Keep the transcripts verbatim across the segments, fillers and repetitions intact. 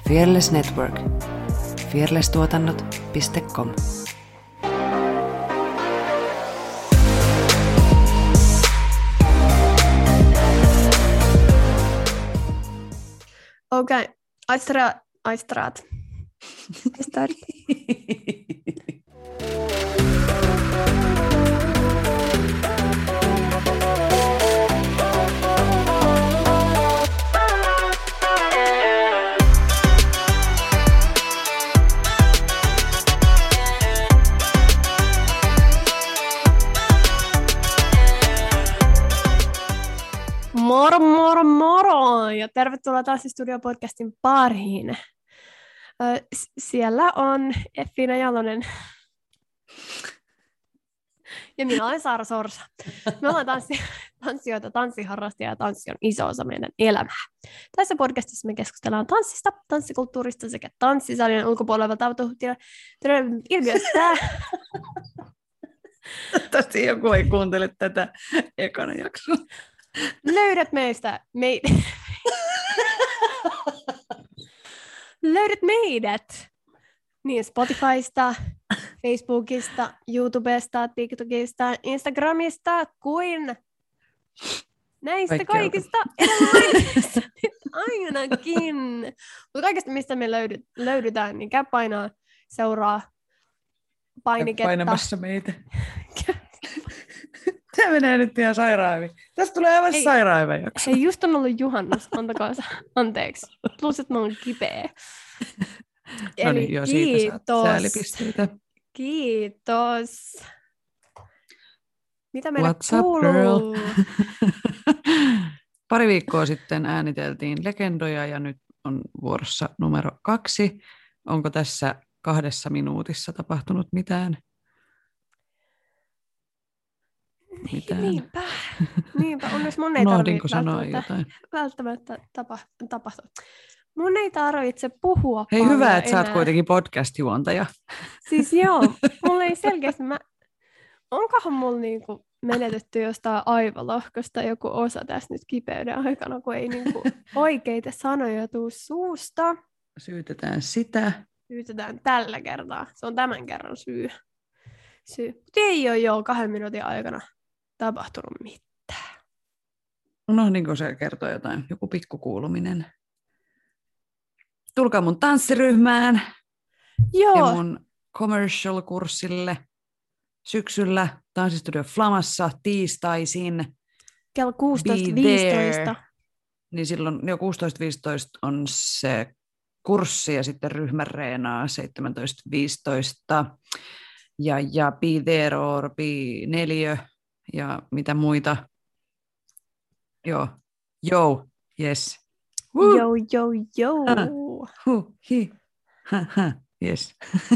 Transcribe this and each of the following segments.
Fearless Network. fearless tuotannot piste com. Okej, okay. Aistra, Aistraat. Start. Moro, moro, moro! Ja tervetuloa Tanssistudio-podcastin pariin. Ö, s- siellä on Effiina Jalonen. Ja minä olen Saara Sorsa. Me ollaan tanssi- tanssijoita, tanssiharrastajia ja tanssi on iso osa meidän elämää. Tässä podcastissa me keskustellaan tanssista, tanssikulttuurista sekä tanssisalien ulkopuolella tapahtuvista ilmiöistä. Toivottavasti joku ei kuuntele tätä ekana jaksoa. Löydät meistä, me... Löydät meidät niin Spotifysta, Facebookista, YouTubesta, TikTokista, Instagramista kuin näistä Kaikki kaikista edellä ainakin. Mutta kaikesta, mistä me löydy, löydytään, niin käy painaa, seuraa painiketta. Painamassa meitä. Tämä menee nyt ihan sairaan hyvin. Tästä tulee aivan Hei, sairaan hyvä jakso. Hei, just on ollut juhannus, antakaa anteeksi. Plus, että mä oon kipeä. No niin, joo, siitä saat kiitos. säälipisteitä. Kiitos. Mitä meille What's up, kuuluu? girl? Pari viikkoa sitten ääniteltiin legendoja ja nyt on vuorossa numero kaksi. Onko tässä kahdessa minuutissa tapahtunut mitään? mitään? Niinpä. Niinpä. Onneksi mun ei Unohdinko tarvitse sanoa välttämättä, jotain? välttämättä tapa, tapahtua. Mun ei tarvitse puhua Hei, paljon hyvä, että sä oot enää. kuitenkin podcast-juontaja. Siis joo, mulla ei selkeästi, mä... onkohan mulla niinku menetetty jostain aivolohkosta joku osa tässä nyt kipeyden aikana, kun ei niinku oikeita sanoja tuu suusta. Syytetään sitä. Syytetään tällä kertaa. Se on tämän kerran syy. syy. Mutta ei ole jo kahden minuutin aikana tapahtunut mitään. Unohdinko se kertoo jotain? Joku pikkukuuluminen. Tulkaa mun tanssiryhmään Joo. ja mun commercial-kurssille syksyllä Tanssistudio Flamassa tiistaisin. Kello kuusitoista Be viisitoista. there. Niin silloin jo kuusitoista viisitoista on se kurssi ja sitten ryhmän reenaa seitsemäntoista viisitoista. Ja, ja Be there or Be neljä ja mitä muita. Joo, joo, yes. Woo. Joo, joo, joo. Ah. Huh, hi. Ha, ha. Yes.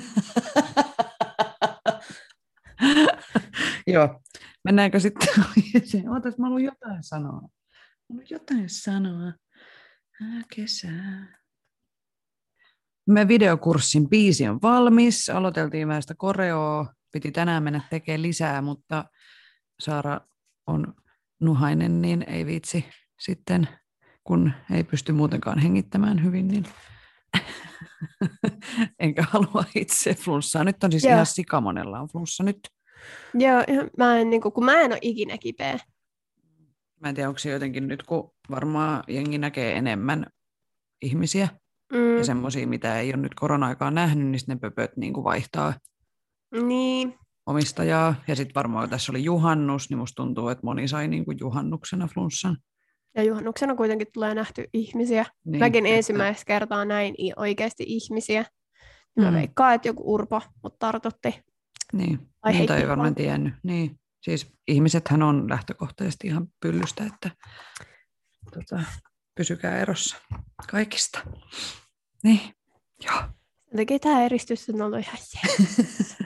Joo, mennäänkö sitten? Ootas, mä haluan jotain sanoa. Mä haluan jotain sanoa. Ah, kesää. Me videokurssin biisi on valmis. Aloiteltiin vähän sitä koreoa. Piti tänään mennä tekemään lisää, mutta Saara on nuhainen, niin ei viitsi sitten, kun ei pysty muutenkaan hengittämään hyvin, niin enkä halua itse flunssaa. Nyt on siis Joo. ihan sikamonella on flunssa nyt. Joo, mä en, niin kuin, kun mä en ole ikinä kipeä. Mä en tiedä, onko se jotenkin nyt, kun varmaan jengi näkee enemmän ihmisiä Mm, ja semmoisia, mitä ei ole nyt korona-aikaan nähnyt, niin ne pöpöt niin kuin vaihtaa niin, omistajaa. Ja sitten varmaan, kun tässä oli juhannus, niin musta tuntuu, että moni sai niin kuin juhannuksena flunssan. ja juhannuksena kuitenkin tulee nähty ihmisiä. Niin, Mäkin että... ensimmäistä kertaa näin i- oikeasti ihmisiä. Mä Mm. veikkaan, että joku Urpo mut tartutti. Niin, Ai niin tai ei heitti varmaan vaan. tiennyt. Niin, siis ihmisethän on lähtökohtaisesti ihan pyllystä, että tota, pysykää erossa kaikista. Niin, joo. Sen takia tämä eristys on ollut ihan jees.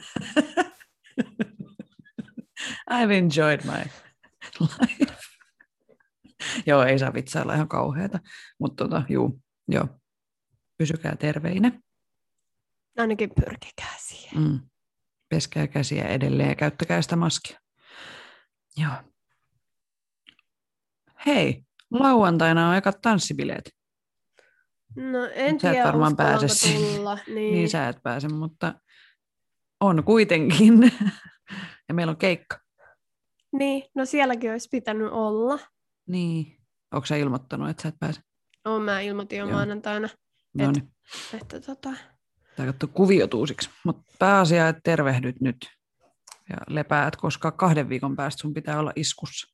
I've enjoyed my life. Joo, ei saa vitsailla ihan kauheata, mutta tota, juu, joo. Pysykää terveinä. Ainakin pyrkikää siihen. Mm. Peskää käsiä edelleen ja käyttäkää sitä maskia. Joo. Hei, lauantaina on ekat tanssibileet. No en Mut sä et tiedä, varmaan uskallanko pääse sinne. tulla. Niin. Niin sä et pääse, mutta on kuitenkin. Ja meillä on keikka. Niin, no sielläkin olisi pitänyt olla. Niin. Onko sä ilmoittanut, että sä et pääse? Oon mä ilmoitin jo Joo. maanantaina, No niin. että, että tota... Tää katsoo kuviot uusiksi. Mutta pääasia, että tervehdyt nyt ja lepäät, koska kahden viikon päästä sun pitää olla iskussa.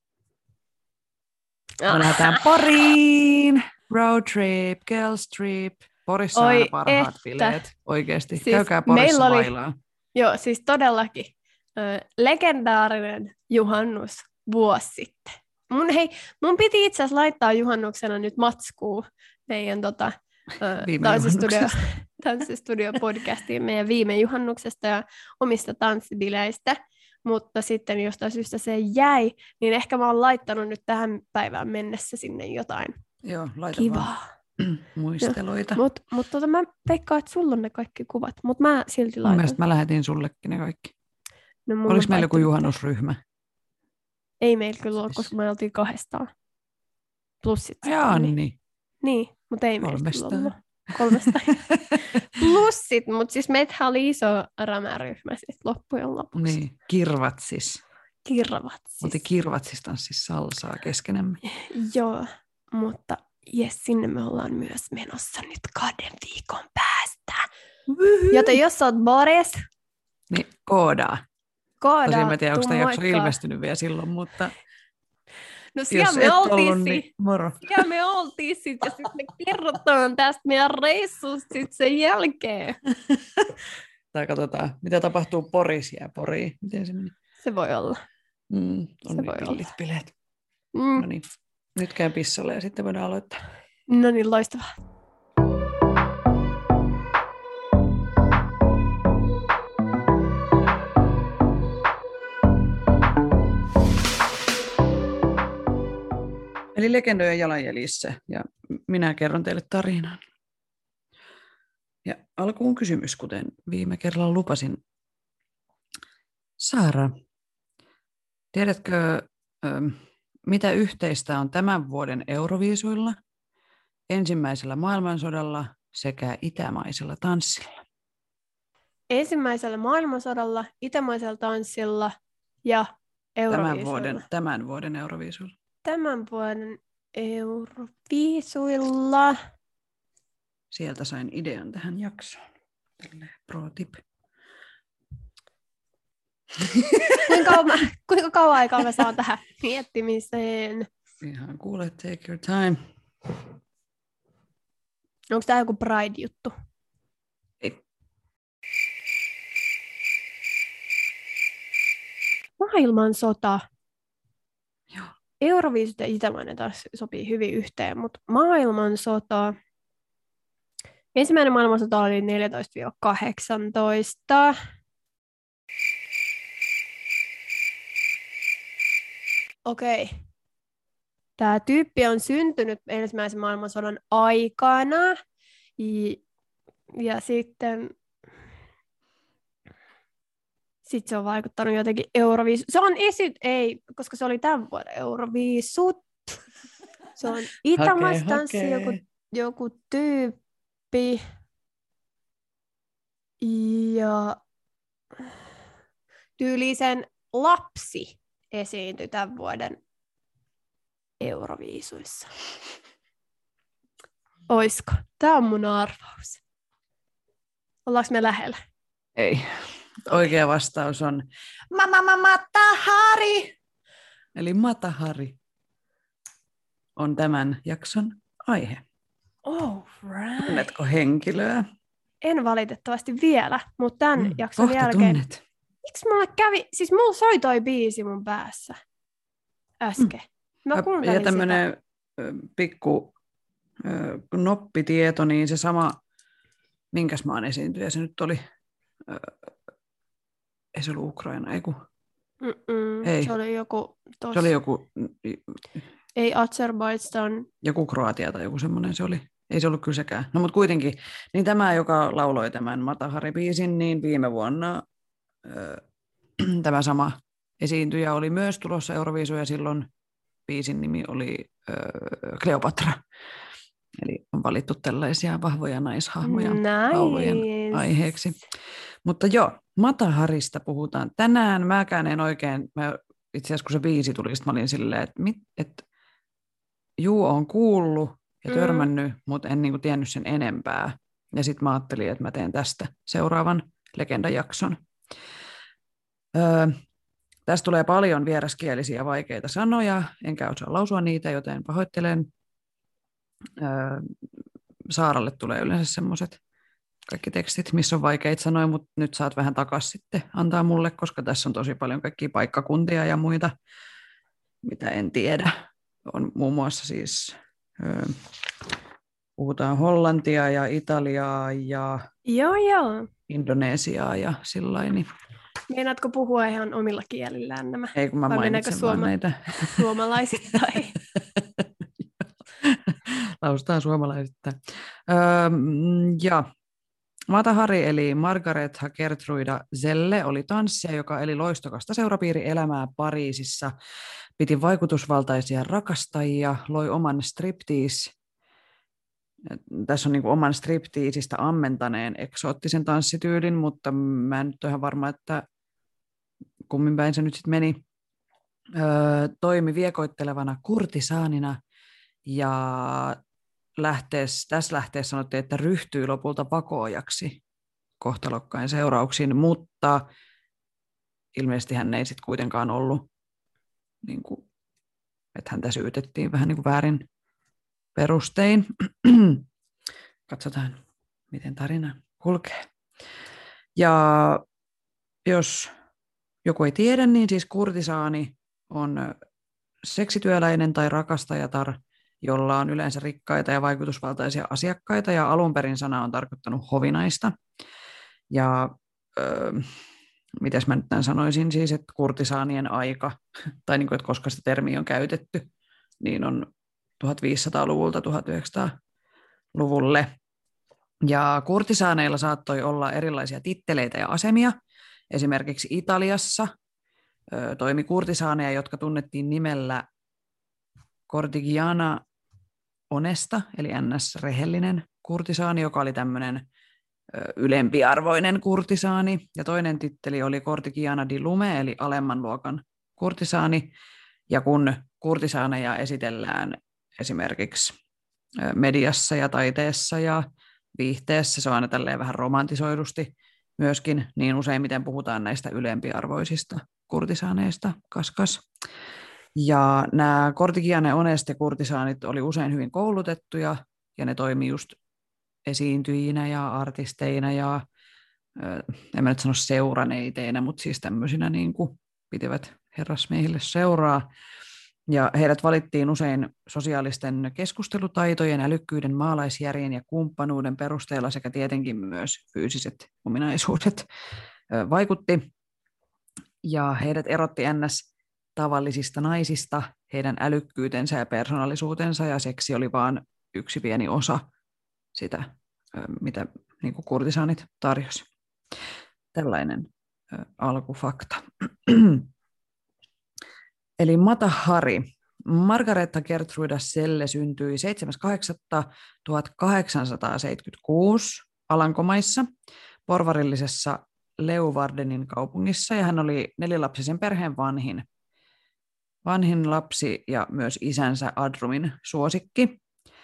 Me lähdetään Poriin! Road trip, girls trip. Porissa on Oi, aina parhaat että. bileet. Oikeesti. Siis Käykää Porissa meillä oli- bailaan. Joo, siis todellakin ö, legendaarinen juhannus vuosi sitten. Mun, hei, mun piti itse asiassa laittaa juhannuksena nyt matskuu meidän tota, ö, Viime tanssistudio, juhannuksesta. tanssistudio-podcastiin meidän viime juhannuksesta ja omista tanssibileistä, mutta sitten jostain syystä se jäi, niin ehkä mä oon laittanut nyt tähän päivään mennessä sinne jotain Joo, laita kivaa. vaan muisteluita. Mutta mut tota mä veikkaan, että sulla on ne kaikki kuvat, mutta mä silti Mun laitan. mielestä mä lähetin sullekin ne kaikki. No, mulla Oliko on meillä joku kaikki- juhannusryhmä? Ei meillä kyllä ole, Siis- koska me oltiin kahdestaan. Plus sit Ai sitten, niin. Anni. Niin, mutta ei meillä kyllä Kolmestaan. ollut. Kolmesta. Plus sit, mutta siis meiltähän oli iso rämäryhmä sit loppujen lopuksi. Niin, kirvatsis. Kirvat Mutta siis. kirvatsis tanssis salsaa keskenämme. Joo, mutta jes, sinne me ollaan myös menossa nyt kahden viikon päästä. Joten jos sä oot Boris, Niin, koodaa. koodaa, Tosin mä tiedän, onko tuu tämä jakso moikkaa. ilmestynyt vielä silloin, mutta No siellä jos me et oltiin ollut, si- niin moro. siellä me oltiin sit, ja sitten me kerrotaan tästä meidän reissusta sit sen jälkeen. Tai katsotaan, mitä tapahtuu Porissa ja Poriin. Miten se meni? Se voi olla. Mm, on Se niin voi pillit bileet. Mm. No niin, nyt käyn pissalle ja sitten voidaan aloittaa. No niin, loistavaa. Eli legendojen jalanjäljissä, ja minä kerron teille tarinan. Ja alkuun kysymys, kuten viime kerralla lupasin. Saara, tiedätkö, mitä yhteistä on tämän vuoden Euroviisuilla, ensimmäisellä maailmansodalla sekä itämaisella tanssilla? Ensimmäisellä maailmansodalla, itämaisella tanssilla ja Tämän Euroviisuilla. vuoden, tämän vuoden Euroviisuilla. Tämän vuoden Euroviisuilla. Sieltä sain idean tähän jaksoon. Tälleen pro tip. Kuinka, kauan, kuinka kauan aikaa mä saan tähän miettimiseen? Ihan kuule, take your time. Onko tämä joku Pride-juttu? Ei. Maailmansota. Joo. Euroviisut ja itämainen taas sopii hyvin yhteen, mutta maailmansota. Ensimmäinen maailmansota oli neljätoista kahdeksantoista. Okei. Tämä tyyppi on syntynyt ensimmäisen maailmansodan aikana. Ja, ja sitten sit se on vaikuttanut jotenkin Euroviisu. Se on esi... Ei, koska se oli tämän vuoden Euroviisut. Se on itämaistanssi Hake, hake. joku, joku tyyppi. Ja tyylisen lapsi esiintyi tämän vuoden Euroviisuissa. Oisko? Tämä on mun arvaus. Ollaanko me lähellä? Ei. Oikea vastaus on Mama Matahari. Eli Matahari on tämän jakson aihe. Oh, right. Tunnetko henkilöä? En valitettavasti vielä, mutta tämän Mm, jakson kohta jälkeen. tunnet. Miksi mulla kävi, siis mulla soi toi biisi mun päässä äsken. Mä Ja kuuntelin tämmöinen pikku ö, noppitieto, niin se sama, minkäs maan esiintyjä se nyt oli? Ö, ei se ollut Ukraina, ei kun. Mm-mm, Ei. se oli joku tos. Se oli joku, Ei Azerbaijan. joku Kroatia tai joku semmoinen se oli. Ei se ollut kyllä sekään. No mutta kuitenkin, niin tämä, joka lauloi tämän Matahari-biisin, niin viime vuonna ö, tämä sama esiintyjä oli myös tulossa Euroviisuja, silloin biisin nimi oli ö, Kleopatra. Eli on valittu tällaisia vahvoja naishahmoja Nice. laulujen aiheeksi. Mutta joo, Mata-Harista puhutaan tänään. Mäkään en oikein, mä, itse asiassa kun se biisi tuli, sit mä olin silleen, että mit, et, juu, on kuullut ja törmännyt, mm. mutta en niinku tiennyt sen enempää. Ja sitten mä ajattelin, että mä teen tästä seuraavan legendajakson. Öö, tästä tulee paljon vieraskielisiä vaikeita sanoja, enkä osaa lausua niitä, joten pahoittelen. Öö, Saaralle tulee yleensä semmoiset kaikki tekstit, missä on vaikeita sanoja, mutta nyt saat vähän takaisin sitten antaa mulle, koska tässä on tosi paljon kaikkia paikkakuntia ja muita, mitä en tiedä. On muun muassa siis, öö, puhutaan hollantia ja italiaa ja Joo, joo. Indonesiaa ja sillain. Niin meinaatko puhua ihan omilla kielillään nämä? ei, kun mä vai mainitsen suoma- vaan näitä. Suomalaisittain. Lausutaan suomalaisittain. Öö, ja Mata-Hari eli Margaretha Gertruida Zelle oli tanssija, joka eli loistokasta seurapiirielämää Pariisissa, piti vaikutusvaltaisia rakastajia, loi oman striptease. Tässä on niin kuin oman stripteasista ammentaneen eksoottisen tanssityylin, mutta mä en nyt ole ihan varma, että kummin päin se nyt sitten meni. Öö, toimi viekoittelevana kurtisaanina ja lähteessä, tässä lähteessä sanottiin, että ryhtyi lopulta vakoojaksi kohtalokkain seurauksin, mutta ilmeisesti hän ei sitten kuitenkaan ollut, niin kuin, että häntä syytettiin vähän niin kuin väärin perustein. Katsotaan, miten tarina kulkee. Ja jos joku ei tiedä, niin siis kurtisaani on seksityöläinen tai rakastajatar, jolla on yleensä rikkaita ja vaikutusvaltaisia asiakkaita, ja alun perin sana on tarkoittanut hovinaista. Ja öö, mitäs mä nyt tämän sanoisin, siis, että kurtisaanien aika, tai niin kuin, että koska sitä termiä on käytetty, niin on tuhatviisisataaluvulta tuhatyhdeksänsataaluvulle. Ja kurtisaaneilla saattoi olla erilaisia titteleitä ja asemia. Esimerkiksi Italiassa ö, toimi kurtisaaneja, jotka tunnettiin nimellä Cortigiana Onesta, eli ns-rehellinen kurtisaani, joka oli tämmöinen ylempiarvoinen kurtisaani. Ja toinen titteli oli Cortigiana di Lume, eli alemman luokan kurtisaani. Ja kun kurtisaaneja esitellään esimerkiksi mediassa ja taiteessa ja viihteessä, se on aina tälleen vähän romantisoidusti myöskin, niin useimmiten puhutaan näistä ylempiarvoisista kurtisaaneista, kaskas. Ja nämä Cortigiane Onest ja kurtisaanit oli usein hyvin koulutettuja, ja ne toimi just esiintyjinä ja artisteina ja, en mä nyt sano seuraneiteinä, mutta siis tämmöisinä niin kuin pitivät herrasmiehille seuraa. Ja heidät valittiin usein sosiaalisten keskustelutaitojen, älykkyyden, maalaisjärjen ja kumppanuuden perusteella sekä tietenkin myös fyysiset ominaisuudet vaikutti. Ja heidät erotti ns. Tavallisista naisista, heidän älykkyytensä ja persoonallisuutensa, ja seksi oli vain yksi pieni osa sitä, mitä niin kuin kurtisaanit tarjosi. Tällainen alkufakta. Eli Mata-Hari. Margaretha Gertruida Zelle syntyi seitsemäs kahdeksatta tuhatkahdeksansataaseitsemänkymmentäkuusi Alankomaissa porvarillisessa Leeuwardenin kaupungissa, ja hän oli nelilapsisen perheen vanhin. Vanhin lapsi ja myös isänsä Adrumin suosikki.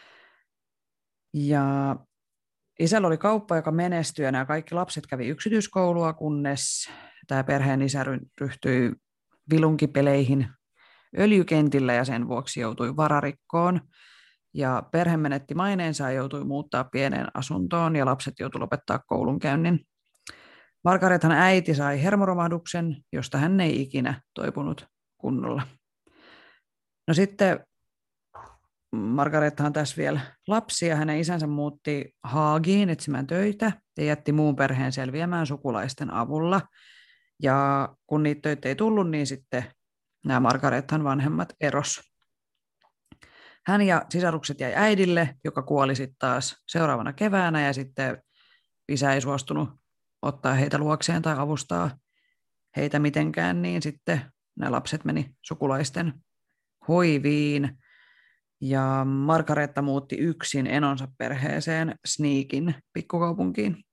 Ja isällä oli kauppa, joka menestyi, ja nämä kaikki lapset kävi yksityiskoulua, kunnes tämä perheen isä ryhtyi vilunkipeleihin öljykentillä ja sen vuoksi joutui vararikkoon. Ja perhe menetti maineensa ja joutui muuttaa pieneen asuntoon, ja lapset joutui lopettaa koulunkäynnin. Margarethan äiti sai hermoromahduksen, josta hän ei ikinä toipunut kunnolla. No sitten Margarethan tässä vielä lapsi, ja hänen isänsä muutti Haagiin etsimään töitä ja jätti muun perheen selviämään sukulaisten avulla. Ja kun niitä töitä ei tullut, niin sitten nämä Margarethan vanhemmat eros. Hän ja sisarukset jäi äidille, joka kuoli sitten taas seuraavana keväänä, ja sitten isä ei suostunut ottaa heitä luokseen tai avustaa heitä mitenkään, niin sitten nämä lapset meni sukulaisten hoiviin. Ja Margareta muutti yksin enonsa perheeseen Sneakin pikkukaupunkiin.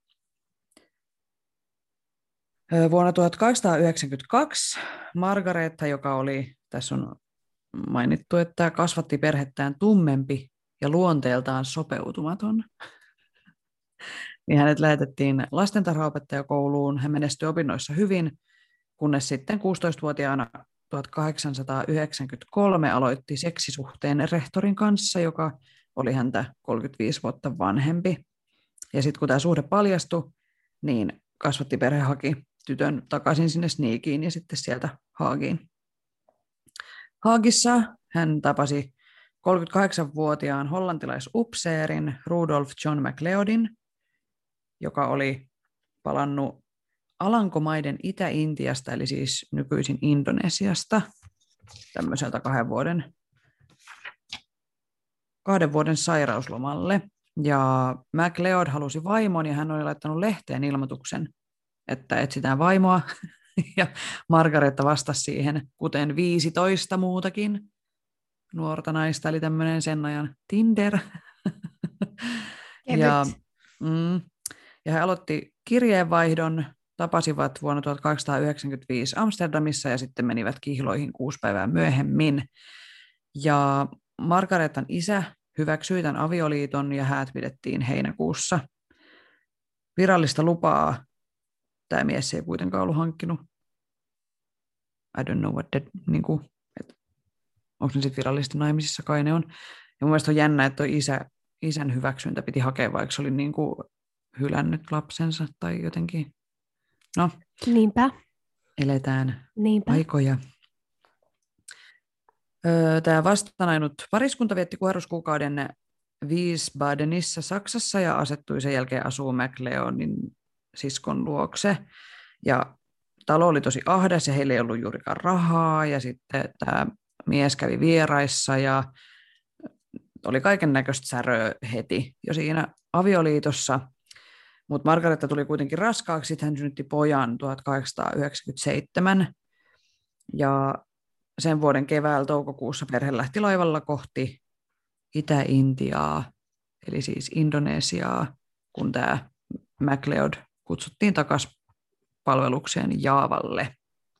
Vuonna tuhatkahdeksansataayhdeksänkymmentäkaksi Margareta, joka oli, tässä on mainittu, että kasvatti perhettään tummempi ja luonteeltaan sopeutumaton, niin hänet lähetettiin lastentarhaopettajakouluun. Hän menestyi opinnoissa hyvin, kunnes sitten kuusitoistavuotiaana tuhatkahdeksansataayhdeksänkymmentäkolme aloitti seksisuhteen rehtorin kanssa, joka oli häntä kolmekymmentäviisi vuotta vanhempi. Ja sitten kun tämä suhde paljastui, niin kasvattiperhe haki tytön takaisin sinne Sneakiin ja sitten sieltä Haagiin. Haagissa hän tapasi kolmekymmentäkahdeksanvuotiaan hollantilaisupseerin Rudolf John MacLeodin, joka oli palannut Alankomaiden Itä-Intiasta, eli siis nykyisin Indonesiasta, tämmöiseltä kahden vuoden, kahden vuoden sairauslomalle. Ja MacLeod halusi vaimon ja hän oli laittanut lehteen ilmoituksen, että etsitään vaimoa. Ja Margareta vastasi siihen, kuten viisitoista muutakin nuorta naista, eli tämmöinen sen ajan Tinder. ja, mm, ja hän aloitti kirjeenvaihdon, tapasivat vuonna tuhatkahdeksansataayhdeksänkymmentäviisi Amsterdamissa ja sitten menivät kihloihin kuusi päivää myöhemmin. Ja Margaretan isä hyväksyi tämän avioliiton ja häät pidettiin heinäkuussa. Virallista lupaa tämä mies ei kuitenkaan ollut hankkinut. I don't know what that, niin kuin, että onko ne sitten virallisesti naimisissa, kai ne on. Ja mun mielestä on jännä, että toi isä, isän hyväksyntä piti hakea, vaikka se oli niin kuin hylännyt lapsensa tai jotenkin. No, niinpä. Eletään Niinpä. aikoja. Öö, tämä vastanainut pariskunta vietti kuheruskuukauden Wiesbadenissa Saksassa ja asettui sen jälkeen asuu MacLeodin siskon luokse. Ja talo oli tosi ahdas ja heillä ei ollut juurikaan rahaa. Ja sitten tämä mies kävi vieraissa ja oli kaiken näköistä säröä heti jo siinä avioliitossa. Mutta Margareta tuli kuitenkin raskaaksi, sitten hän synnytti pojan tuhatkahdeksansataayhdeksänkymmentäseitsemän. Ja sen vuoden keväällä toukokuussa perhe lähti laivalla kohti Itä-Intiaa, eli siis Indonesiaa, kun tämä MacLeod kutsuttiin takaisin palvelukseen Jaavalle.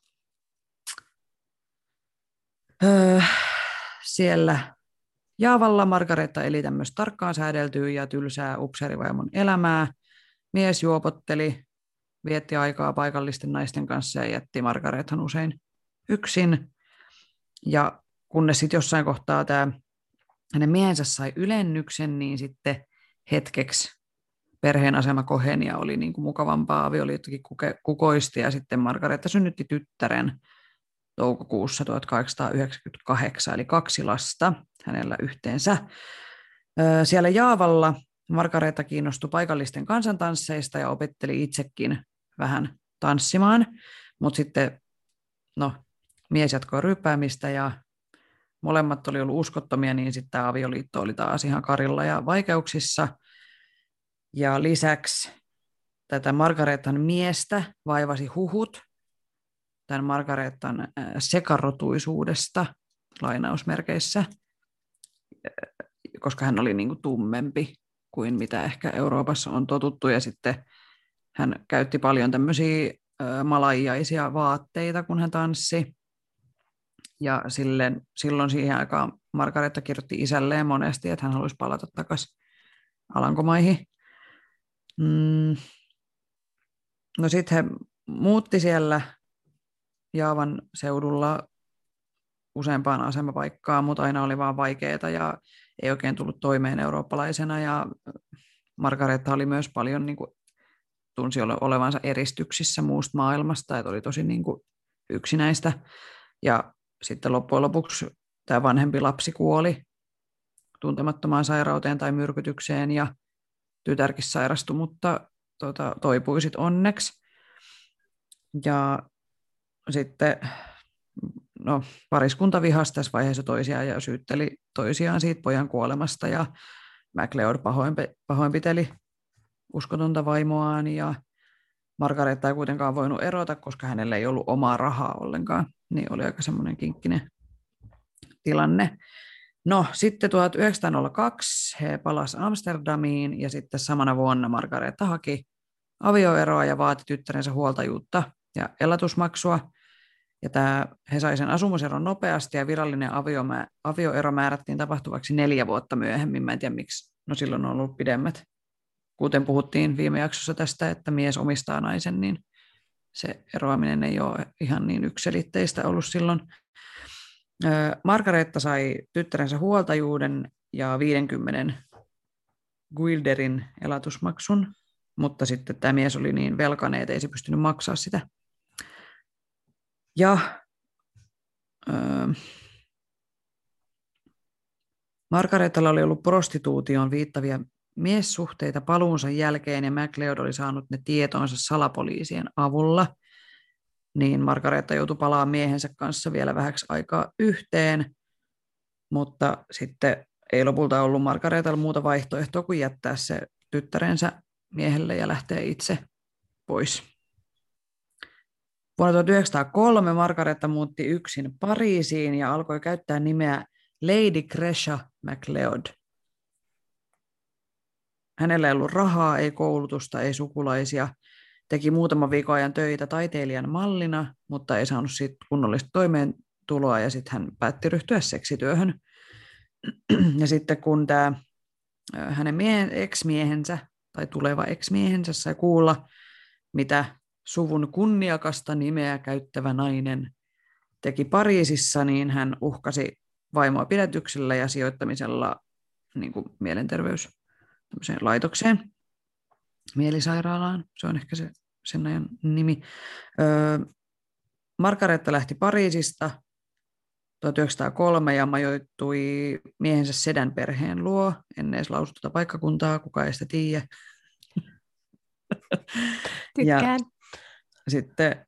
Öö, siellä Jaavalla Margareta eli tämmöistä tarkkaan säädeltyä ja tylsää upseerivaimon elämää. Mies juopotteli, vietti aikaa paikallisten naisten kanssa ja jätti Margaretan usein yksin. Ja kunnes sitten jossain kohtaa tämä hänen miehensä sai ylennyksen, niin sitten hetkeksi perheen asema koheni ja oli niin kuin mukavampaa, avioliittokin kukoisti ja sitten Margareta synnytti tyttären toukokuussa tuhatkahdeksansataayhdeksänkymmentäkahdeksan, eli kaksi lasta hänellä yhteensä. Siellä Jaavalla Margareta kiinnostui paikallisten kansantansseista ja opetteli itsekin vähän tanssimaan, mutta sitten no, mies jatkoi ryppäämistä ja molemmat oli ollut uskottomia, niin sitten tämä avioliitto oli taas ihan karilla ja vaikeuksissa. Ja lisäksi tätä Margaretan miestä vaivasi huhut tämän Margaretan sekarotuisuudesta lainausmerkeissä, koska hän oli niin kuin tummempi kuin mitä ehkä Euroopassa on totuttu. Ja sitten hän käytti paljon tämmöisiä malaiaisia vaatteita, kun hän tanssi. Ja silleen, silloin siihen aikaan Margareta kirjoitti isälleen monesti, että hän haluaisi palata takaisin Alankomaihin. Mm. No sitten he muutti siellä Jaavan seudulla useampaan asemapaikkaan, mutta aina oli vaan vaikeaa ja ei oikein tullut toimeen eurooppalaisena. Ja Margareta oli myös paljon, niin kuin, tunsi olevansa eristyksissä muusta maailmasta, että oli tosi niin kuin, yksinäistä. Ja sitten loppujen lopuksi tämä vanhempi lapsi kuoli tuntemattomaan sairauteen tai myrkytykseen ja tytärkin sairastui, mutta tuota, toipui sitten onneksi. Ja sitten no, pariskunta vihasi tässä vaiheessa toisiaan ja syytteli toisiaan siitä pojan kuolemasta ja MacLeod pahoinp- pahoinpiteli uskotonta vaimoaan ja Margareta ei kuitenkaan voinut erota, koska hänellä ei ollut omaa rahaa ollenkaan, niin oli aika semmoinen kinkkinen tilanne. No, sitten tuhatyhdeksänsataakaksi he palasivat Amsterdamiin ja sitten samana vuonna Margareta haki avioeroa ja vaati tyttärensä huoltajuutta ja elatusmaksua. Ja tämä, he sai sen asumiseron nopeasti ja virallinen aviomä, avioero määrättiin tapahtuvaksi neljä vuotta myöhemmin. Mä en tiedä miksi, no silloin on ollut pidemmät. Kuten puhuttiin viime jaksossa tästä, että mies omistaa naisen, niin se eroaminen ei ole ihan niin yksiselitteistä ollut silloin. Margareta sai tyttärensä huoltajuuden ja viidenkymmenen guilderin elatusmaksun, mutta sitten tämä mies oli niin velkainen, että ei se pystynyt maksaa sitä. Ja äh, Margaretalla oli ollut prostituutioon viittavia miessuhteita paluunsa jälkeen, ja MacLeod oli saanut ne tietoonsa salapoliisien avulla. Niin Margareta joutui palaamaan miehensä kanssa vielä vähäksi aikaa yhteen, mutta sitten ei lopulta ollut Margaretalla muuta vaihtoehtoa kuin jättää se tyttärensä miehelle ja lähteä itse pois. Vuonna tuhatyhdeksänsataakolme Margareta muutti yksin Pariisiin ja alkoi käyttää nimeä Lady Gresha MacLeod. Hänellä ei ollut rahaa, ei koulutusta, ei sukulaisia. Teki muutaman viikon ajan töitä taiteilijan mallina, mutta ei saanut siitä kunnollista toimeentuloa ja sitten hän päätti ryhtyä seksityöhön. Ja sitten kun tämä hänen miehen, ex-miehensä tai tuleva ex-miehensä sai kuulla, mitä suvun kunniakasta nimeä käyttävä nainen teki Pariisissa, niin hän uhkasi vaimoa pidätyksellä ja sijoittamisella niin kuin mielenterveyslaitokseen, mielisairaalaan. Se on ehkä se sen ajan nimi. Öö, Margareta lähti Pariisista tuhatyhdeksänsataakolme ja majoittui miehensä sedän perheen luo. En edes lausu tuota paikkakuntaa, kukaan ei sitä tiedä. Tykkään. Ja sitten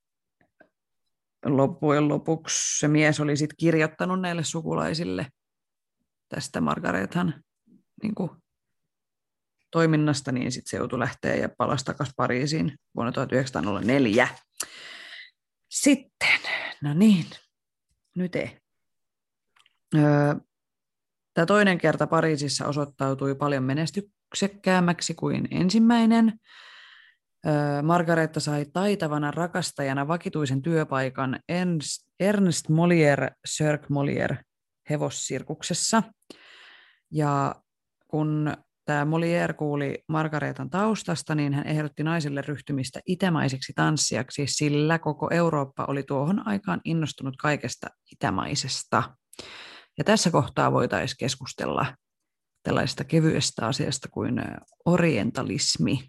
loppujen lopuksi se mies oli sitten kirjoittanut näille sukulaisille tästä Margaretan niin kuin toiminnasta, niin sitten se joutui lähteä ja palasi takaisin Pariisiin vuonna tuhatyhdeksänsataaneljä. Sitten, no niin, nyt ei. Öö, Tämä toinen kerta Pariisissa osoittautui paljon menestyksekkäämmäksi kuin ensimmäinen. Öö, Margareta sai taitavana rakastajana vakituisen työpaikan Ernst, Ernst Molière Cirque Molière hevossirkuksessa. Ja kun tämä Molière kuuli Margaretan taustasta, niin hän ehdotti naiselle ryhtymistä itämaiseksi tanssijaksi, sillä koko Eurooppa oli tuohon aikaan innostunut kaikesta itämaisesta. Ja tässä kohtaa voitaisiin keskustella tällaista kevyestä asiasta kuin orientalismi.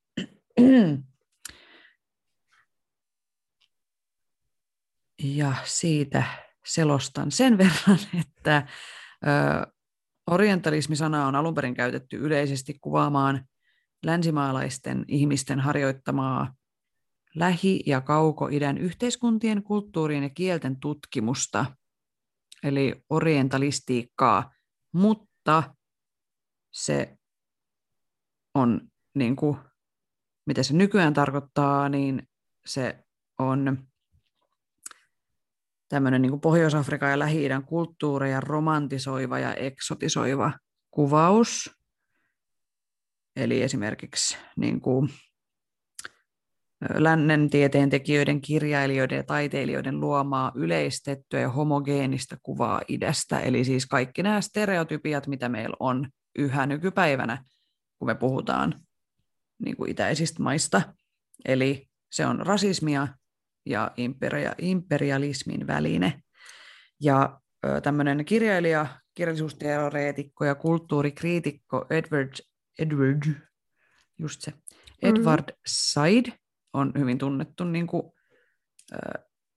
Ja siitä selostan sen verran, että ö, orientalismi-sana on alun perin käytetty yleisesti kuvaamaan länsimaalaisten ihmisten harjoittamaa lähi- ja kauko-idän yhteiskuntien, kulttuurien ja kielten tutkimusta, eli orientalistiikkaa, mutta se on, niin kuin, mitä se nykyään tarkoittaa, niin se on tämmöinen niin kuin Pohjois-Afrikan ja Lähi-idän kulttuureja romantisoiva ja eksotisoiva kuvaus. Eli esimerkiksi niin kuin lännen tieteentekijöiden, kirjailijoiden ja taiteilijoiden luomaa yleistettyä ja homogeenista kuvaa idästä. Eli siis kaikki nämä stereotypiat, mitä meillä on yhä nykypäivänä, kun me puhutaan niin kuin itäisistä maista. Eli se on rasismia ja imperia- imperialismin väline. Ja ö, tämmöinen kirjailija, kirjallisuusteoreetikko ja kulttuurikriitikko Edward, Edward, just se, Edward mm-hmm. Said on hyvin tunnettu niin kuin, ö,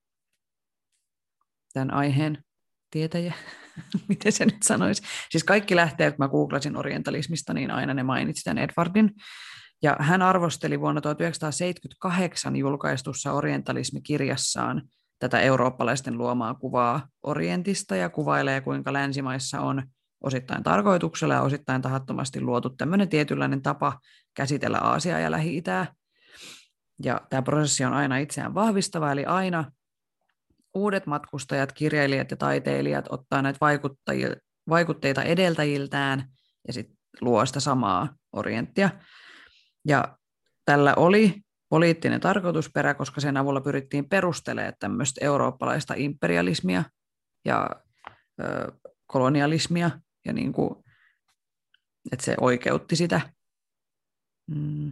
tämän aiheen tietäjä. Miten se nyt sanoisi? Siis kaikki lähteet, kun mä googlasin orientalismista, niin aina ne mainitsi tämän Edwardin. Ja hän arvosteli vuonna tuhatyhdeksänsataaseitsemänkymmentäkahdeksan julkaistussa orientalismikirjassaan tätä eurooppalaisten luomaa kuvaa Orientista ja kuvailee, kuinka länsimaissa on osittain tarkoituksella ja osittain tahattomasti luotu tämmöinen tietynlainen tapa käsitellä Aasiaa ja Lähi-Itää. Ja tämä prosessi on aina itseään vahvistava, eli aina uudet matkustajat, kirjailijat ja taiteilijat ottaa näitä vaikuttajia, vaikutteita edeltäjiltään ja sitten luo sitä samaa orienttia. Ja tällä oli poliittinen tarkoitusperä, koska sen avulla pyrittiin perustelemaan tämmöistä eurooppalaista imperialismia ja ö, kolonialismia, ja niin kuin, että se oikeutti sitä. Mm.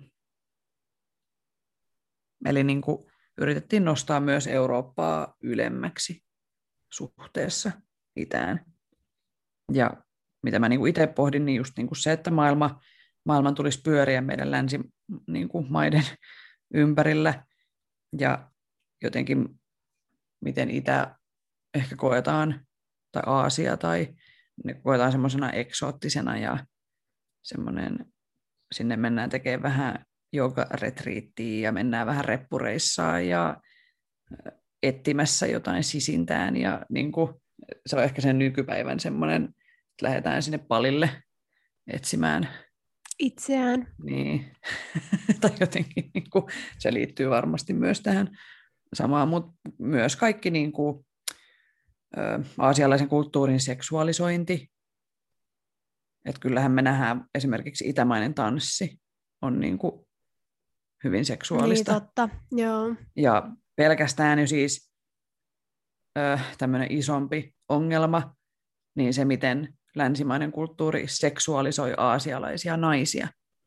Eli niin kuin yritettiin nostaa myös Eurooppaa ylemmäksi suhteessa itään. Ja mitä mä niin kuin itse pohdin, niin just niin kuin se, että maailma, maailman tulisi pyöriä meidän länsimaiden niin kuin maiden ympärillä, ja jotenkin miten itä ehkä koetaan, tai Aasia, tai ne koetaan semmoisena eksoottisena, ja semmoinen, sinne mennään tekemään vähän joogaretriittiä, ja mennään vähän reppureissaan, ja etsimässä jotain sisintään, ja niin kuin, se on ehkä sen nykypäivän semmoinen, että lähdetään sinne palille etsimään itseään. Niin, tai jotenkin niin kuin, se liittyy varmasti myös tähän samaan, mutta myös kaikki niin kuin, ä, aasialaisen kulttuurin seksuaalisointi. Että kyllähän me nähdään esimerkiksi itämainen tanssi on niin kuin hyvin seksuaalista. Niin, totta, joo. Ja pelkästään jo siis tämmöinen isompi ongelma, niin se miten länsimainen kulttuuri seksuaalisoi aasialaisia naisia.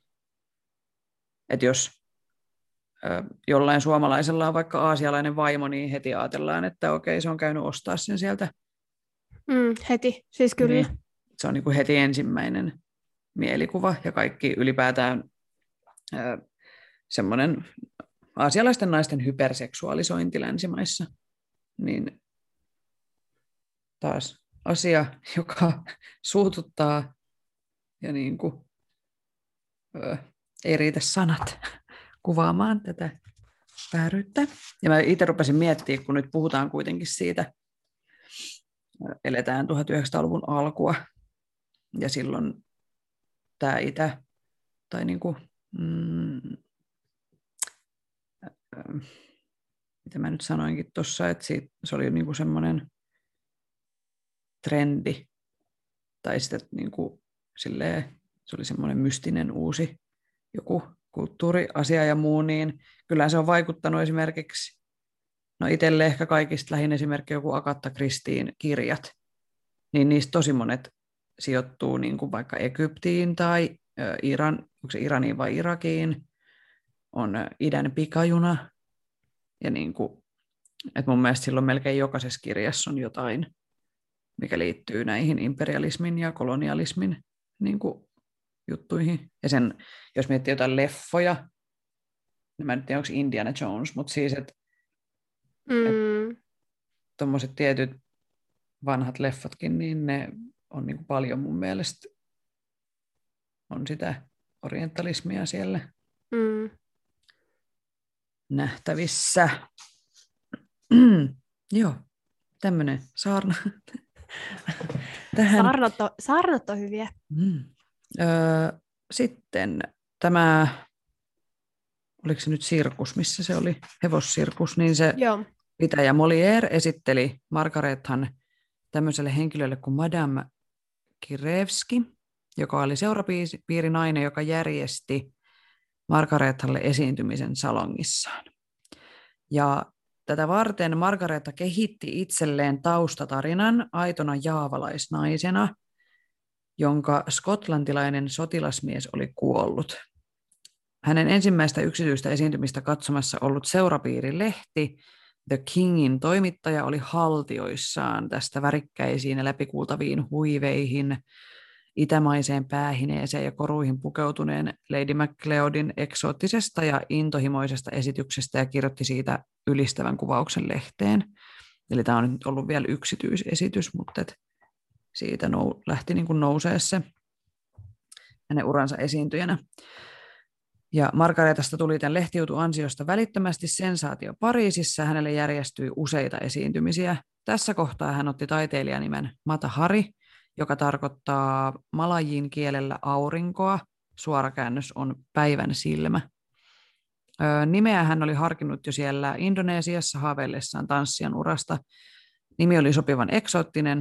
Että jos ö, jollain suomalaisella on vaikka aasialainen vaimo, niin heti ajatellaan, että okei, se on käynyt ostaa sen sieltä. Mm, heti, siis kyllä. Niin, se on niin kuin heti ensimmäinen mielikuva, ja kaikki ylipäätään ö, semmoinen aasialaisten naisten hyperseksuaalisointi länsimaissa. Niin taas asia, joka suututtaa, ja niin kuin, ö, ei riitä sanat kuvaamaan tätä vääryyttä. Ja mä itse rupesin miettimään, kun nyt puhutaan kuitenkin siitä, eletään tuhatyhdeksänsataaluvun alkua, ja silloin tämä itä, tai niin kuin, mm, äh, mitä mä nyt sanoinkin tuossa, että siitä, se oli niin kuin semmoinen trendi, tai sitten niin kuin, silleen, se oli semmoinen mystinen uusi joku kulttuuriasia ja muu, niin kyllä se on vaikuttanut esimerkiksi, no itselle ehkä kaikista lähin esimerkki joku Agatha Christien kirjat, niin niistä tosi monet sijoittuu niin kuin vaikka Egyptiin tai Iran, onko se Iraniin vai Irakiin, on idän pikajuna, ja niin kuin, että mun mielestä silloin melkein jokaisessa kirjassa on jotain, mikä liittyy näihin imperialismin ja kolonialismin niin kuin juttuihin. Ja sen, jos miettii jotain leffoja, niin mä en tiedä, onko Indiana Jones, mutta siis, että Mm. et, tuommoiset tietyt vanhat leffatkin, niin ne on niin kuin paljon mun mielestä, on sitä orientalismia siellä Mm. nähtävissä. Joo, tämmöinen saarna. Tähän. Saarnat, on, saarnat on hyviä. Mm. Öö, sitten tämä, oliko se nyt sirkus, missä se oli, hevossirkus, niin se Joo. pitäjä Molière esitteli Margarethan tämmöiselle henkilölle kuin Madame Kirevski, joka oli seurapiirinainen, joka järjesti Margarethalle esiintymisen salongissaan. Ja tätä varten Margareta kehitti itselleen taustatarinan aitona jaavalaisnaisena, jonka skotlantilainen sotilasmies oli kuollut. Hänen ensimmäistä yksityistä esiintymistä katsomassa ollut seurapiirilehti The Kingin toimittaja oli haltioissaan tästä värikkäisiin ja läpikuultaviin huiveihin, itämaiseen päähineeseen ja koruihin pukeutuneen Lady MacLeodin eksoottisesta ja intohimoisesta esityksestä ja kirjoitti siitä ylistävän kuvauksen lehteen. Eli tämä on nyt ollut vielä yksityisesitys, mutta et siitä nou, lähti niin kuin nousee se hänen uransa esiintyjänä. Ja Margaretasta tuli tämän lehtijutun ansiosta välittömästi sensaatio Pariisissa. Hänelle järjestyi useita esiintymisiä. Tässä kohtaa hän otti taiteilijanimen Mata Hari, joka tarkoittaa malajin kielellä aurinkoa. Suora käännös on päivän silmä. Ö, nimeä hän oli harkinnut jo siellä Indonesiassa haaveillessaan tanssijan urasta. Nimi oli sopivan eksoottinen,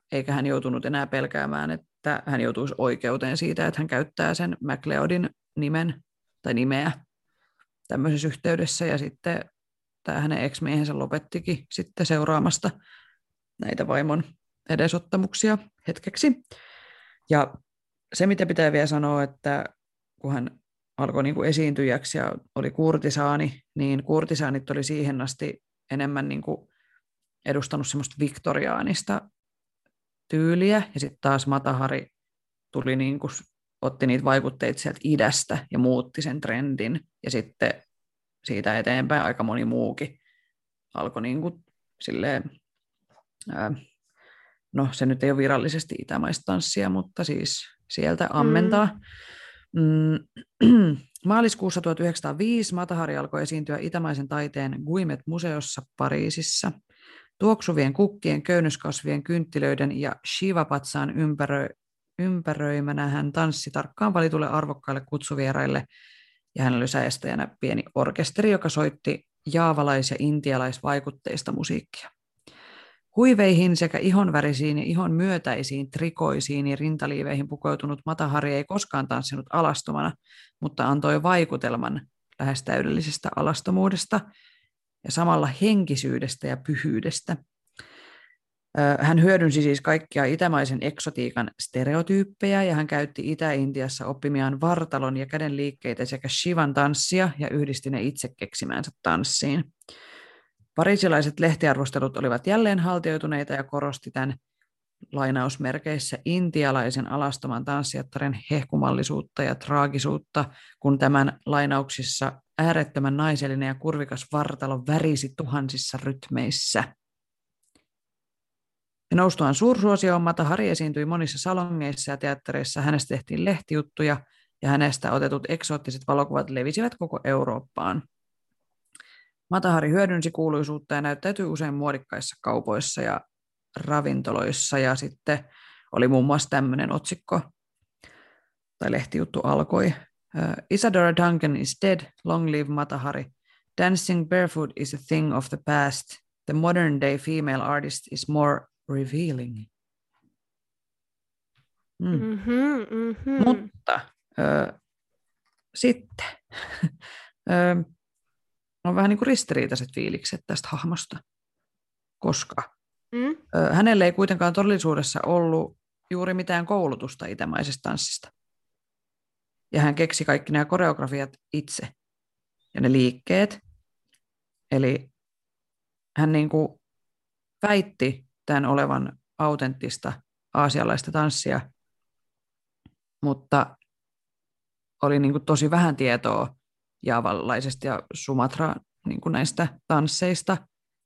eikä hän joutunut enää pelkäämään, että hän joutuisi oikeuteen siitä, että hän käyttää sen MacLeodin nimen tai nimeä tämmöisessä yhteydessä, ja sitten tämä hänen ex-miehensä lopettikin sitten seuraamasta näitä vaimon edesottamuksia hetkeksi. Ja se, mitä pitää vielä sanoa, että kun hän alkoi niin kuin esiintyjäksi ja oli kurtisaani, niin kurtisaanit oli siihen asti enemmän niin kuin edustanut semmoista viktoriaanista tyyliä, ja sitten taas Mata-Hari tuli niin kuin, otti niitä vaikutteita sieltä idästä ja muutti sen trendin, ja sitten siitä eteenpäin aika moni muukin alkoi niin kuin silleen, ää, no se nyt ei ole virallisesti itämaista tanssia, mutta siis sieltä ammentaa. Mm. Maaliskuussa tuhatyhdeksänsataaviisi Mata-Hari alkoi esiintyä itämaisen taiteen Guimet-museossa Pariisissa. Tuoksuvien kukkien, köynnöskasvien, kynttilöiden ja Shiva-patsaan ympärö, ympäröimänä hän tanssi tarkkaan valitulle arvokkaille kutsuvieraille, ja hänellä oli säestäjänä pieni orkesteri, joka soitti jaavalais- ja intialaisvaikutteista musiikkia. Huiveihin sekä ihonvärisiin ja ihon myötäisiin trikoisiin ja rintaliiveihin pukeutunut Mata-Hari ei koskaan tanssinut alastomana, mutta antoi vaikutelman lähes täydellisestä alastomuudesta ja samalla henkisyydestä ja pyhyydestä. Hän hyödynsi siis kaikkia itämaisen eksotiikan stereotyyppejä, ja hän käytti Itä-Intiassa oppimiaan vartalon ja käden liikkeitä sekä Shivan tanssia ja yhdisti ne itse keksimäänsä tanssiin. Pariisilaiset lehtiarvostelut olivat jälleen haltioituneita ja korosti tämän lainausmerkeissä intialaisen alastoman tanssijattaren hehkumallisuutta ja traagisuutta, kun tämän lainauksissa äärettömän naisellinen ja kurvikas vartalo värisi tuhansissa rytmeissä. Ja noustuaan suursuosioon Mata-Hari esiintyi monissa salongeissa ja teattereissa, hänestä tehtiin lehtijuttuja ja hänestä otetut eksoottiset valokuvat levisivät koko Eurooppaan. Mata-Hari hyödynsi kuuluisuutta ja näyttäytyi usein muodikkaissa kaupoissa ja ravintoloissa, ja sitten oli muun muassa tämmöinen otsikko, tai lehtijuttu alkoi. Isadora Duncan is dead, long live Mata-Hari. Dancing barefoot is a thing of the past. The modern day female artist is more revealing. Mm. Mm-hmm, mm-hmm. Mutta äh, sitten äh, on vähän niin kuin ristiriitaiset fiilikset tästä hahmosta, koska Mm? äh, hänelle ei kuitenkaan todellisuudessa ollut juuri mitään koulutusta itämaisesta tanssista. Ja hän keksi kaikki nämä koreografiat itse ja ne liikkeet. Eli hän niin kuin väitti tämän olevan autenttista aasialaista tanssia, mutta oli niin kuin tosi vähän tietoa jaavalaisesta ja Sumatra niin kuin näistä tansseista.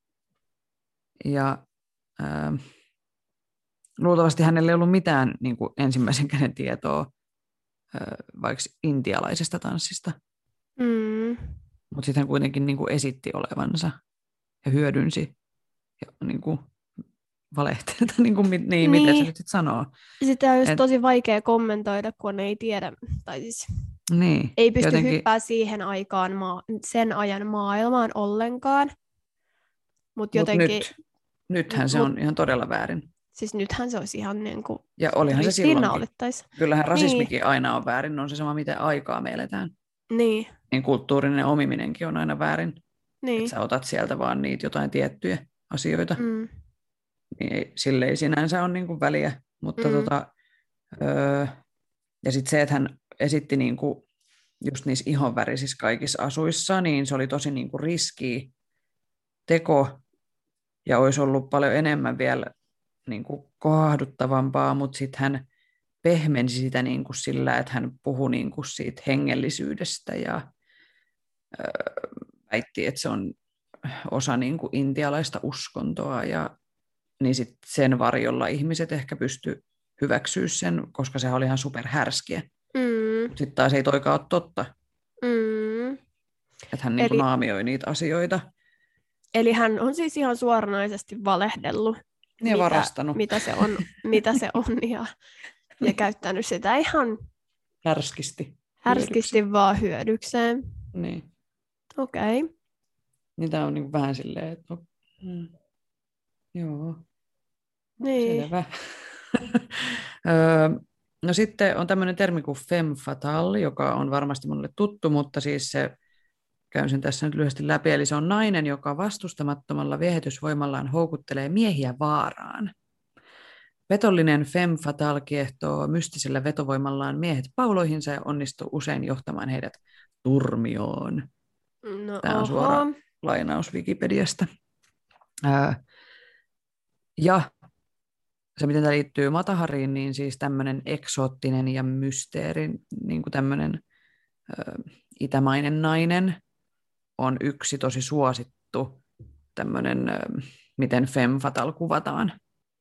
Ja ää, luultavasti hänellä ei ollut mitään niin kuin ensimmäisen käden tietoa ää, vaikka intialaisesta tanssista. Mm. Mutta sitten hän kuitenkin niin kuin esitti olevansa ja hyödynsi ja niin kuin valehteita, niin kuin niin, niin. Miten se nyt sit sanoo. Sitä on just Et, tosi vaikea kommentoida, kun ei tiedä, tai siis niin, ei pysty jotenkin hyppää siihen aikaan, maa, sen ajan maailmaan ollenkaan. Mutta Mut jotenkin, nyt, nythän se mut, on ihan todella väärin. siis nythän se olisi ihan niin kuin Ja olihan se silloinkin. Kyllähän rasismikin niin. aina on väärin, on se sama miten aikaa me eletään. Niin. Niin kulttuurinen omiminenkin on aina väärin. Niin. Että sä otat sieltä vaan niitä jotain tiettyjä asioita. Mm. Niin sille ei sinänsä ole niinku väliä. Mutta Mm. tota, öö, ja sitten se, että hän esitti niinku just niissä ihonvärisissä kaikissa asuissa, niin se oli tosi niinku riskiä teko. Ja olisi ollut paljon enemmän vielä niinku kohduttavampaa, mutta sitten hän pehmensi sitä niinku sillä, että hän puhui niinku siitä hengellisyydestä ja öö, väitti, että se on osa niinku intialaista uskontoa, ja niin sit sen varjolla ihmiset ehkä pysty hyväksyä sen, koska se oli ihan superhärskiä. Mm. Sitten taas ei toikaan ole totta, Mm. että hän niinku Eli, naamioi niitä asioita. eli hän on siis ihan suoranaisesti valehdellut, Ja mitä, varastanut. mitä se on, mitä se on ja, ja käyttänyt sitä ihan Härskisti. härskisti Hyödyksi. vaan hyödykseen. Niin. Okei. Okay. Niin tämä on niinku vähän silleen, että no, mm, joo. Niin. Selvä. Öö, no sitten on tämmöinen termi kuin femme fatale, joka on varmasti monelle tuttu, mutta siis se, käyn sen tässä nyt lyhyesti läpi, eli se on nainen, joka vastustamattomalla viehätysvoimallaan houkuttelee miehiä vaaraan. Petollinen femme fatale kiehtoo mystisellä vetovoimallaan miehet pauloihinsa ja onnistuu usein johtamaan heidät turmioon. No, Tämä on oho. suora lainaus Wikipediasta. Ää, ja se, miten tämä liittyy Mata-Hariin, niin siis tämmöinen eksoottinen ja mysteeri, niin kuin tämmöinen ää, itämainen nainen on yksi tosi suosittu tämmöinen, ää, miten femme fatale kuvataan.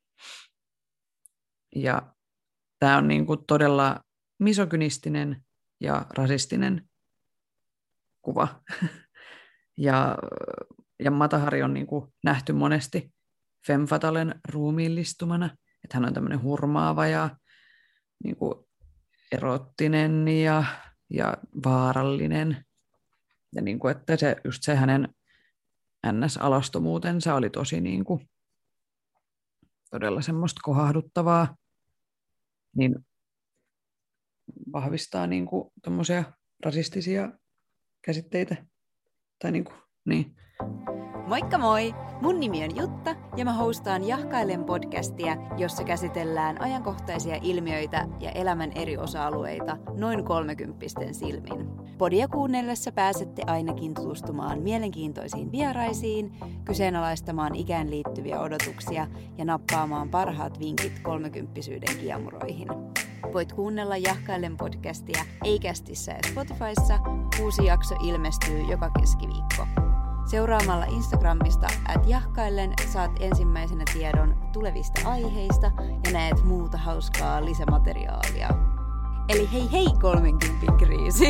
Ja tämä on niin kuin todella misogynistinen ja rasistinen kuva. ja, ja Mata-Hari on niin kuin nähty monesti femme fatalen ruumiillistumana, että hän on tämmöinen hurmaava ja niin kuin erottinen ja, ja vaarallinen. Ja niin kuin, että se, just se hänen N S-alastomuutensa oli tosi niin kuin, todella semmoista kohahduttavaa, niin vahvistaa niin kuin tommosia rasistisia käsitteitä. Tai niin kuin, niin. Moikka moi! Mun nimi on Jutta ja mä hostaan Jahkailen podcastia, jossa käsitellään ajankohtaisia ilmiöitä ja elämän eri osa-alueita noin kolmekymppisten silmin. Podia kuunnellessa pääsette ainakin tutustumaan mielenkiintoisiin vieraisiin, kyseenalaistamaan ikään liittyviä odotuksia ja nappaamaan parhaat vinkit kolmekymppisyyden kiemuroihin. Voit kuunnella Jahkailen podcastia Acastissa ja Spotifyssa. Uusi jakso ilmestyy joka keskiviikko. Seuraamalla Instagramista at jahkaillen saat ensimmäisenä tiedon tulevista aiheista ja näet muuta hauskaa lisämateriaalia. Eli hei hei kolmenkympin kriisi!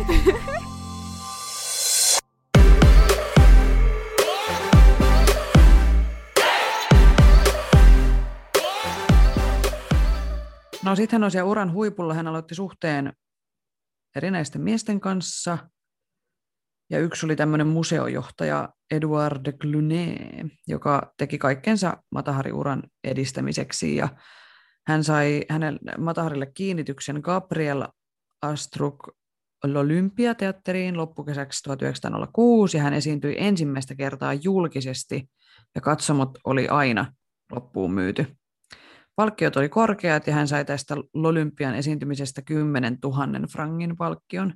No sitten hän on siellä uran huipulla. Hän aloitti suhteen erinäisten miesten kanssa. Ja yksi oli tämmöinen museojohtaja Edouard Clunet, joka teki kaikkensa Mata-Hari-uran edistämiseksi. Ja hän sai hänen Mata-Harille kiinnityksen Gabriel Astruc L'Olympia-teatteriin loppukesäksi tuhatyhdeksänsataanolla kuusi. Ja hän esiintyi ensimmäistä kertaa julkisesti ja katsomot oli aina loppuun myyty. Palkkiot oli korkeat ja hän sai tästä L'Olympian esiintymisestä kymmenen tuhannen frangin palkkion.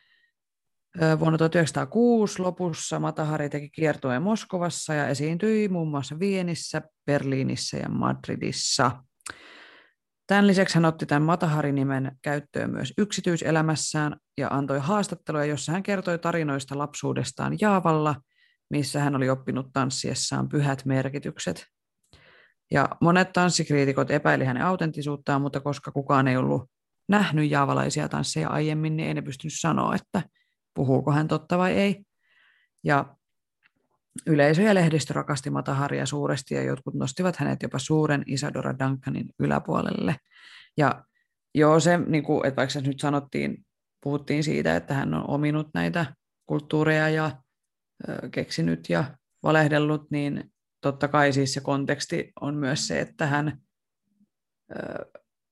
Vuonna tuhatyhdeksänsataakuusi lopussa Mata-Hari teki kiertueen Moskovassa ja esiintyi muun muassa Vienissä, Berliinissä ja Madridissa. Tämän lisäksi hän otti tämän Mata-Hari-nimen käyttöön myös yksityiselämässään ja antoi haastatteluja, jossa hän kertoi tarinoista lapsuudestaan Jaavalla, missä hän oli oppinut tanssiessaan pyhät merkitykset. Ja monet tanssikriitikot epäili hänen autenttisuuttaan, mutta koska kukaan ei ollut nähnyt jaavalaisia tansseja aiemmin, niin ei ne pystynyt sanoa, että puhuuko hän totta vai ei. Ja yleisö ja lehdistö rakasti Mata-Haria suuresti ja jotkut nostivat hänet jopa suuren Isadora Duncanin yläpuolelle. Ja joo, se, niin kuin, että vaikka se nyt sanottiin, puhuttiin siitä, että hän on ominut näitä kulttuureja ja ö, keksinyt ja valehdellut, niin totta kai siis se konteksti on myös se, että hän ö,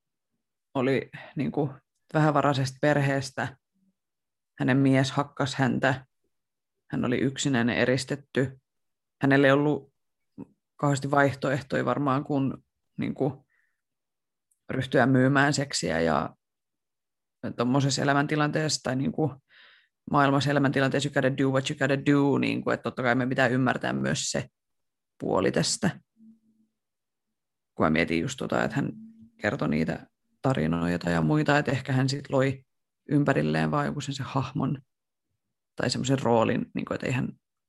oli niin kuin, vähävaraisesta perheestä. Hänen mies hakkasi häntä. Hän oli yksinäinen eristetty. Hänellä ei ollut kauheasti vaihtoehtoja varmaan kuin, niin kuin ryhtyä myymään seksiä ja tuommoisessa elämäntilanteessa tai niin kuin maailmassa elämäntilanteessa you gotta do what you gotta do, niin kuin, että totta kai me pitää ymmärtää myös se puoli tästä. Kun mä mietin just tota, että hän kertoi niitä tarinoita ja muita, että ehkä hän sitten loi ympärilleen vaan joku sen se hahmon tai semmoisen roolin, niin kuin, että ei hän,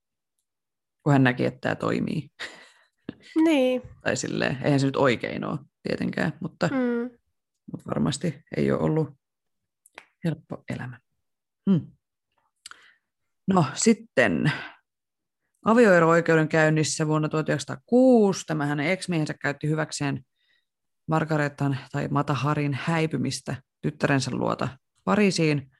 kun hän näki, että tämä toimii. Niin. Tai silleen, eihän se nyt oikein ole tietenkään, mutta, Mm. mutta varmasti ei ole ollut helppo elämä. Hmm. No sitten avioero-oikeudenkäynnissä vuonna tuhatyhdeksänsataakuusi tämä hänen ex-miehensä käytti hyväkseen Margaretan tai Mata-Harin häipymistä tyttärensä luota Pariisiin,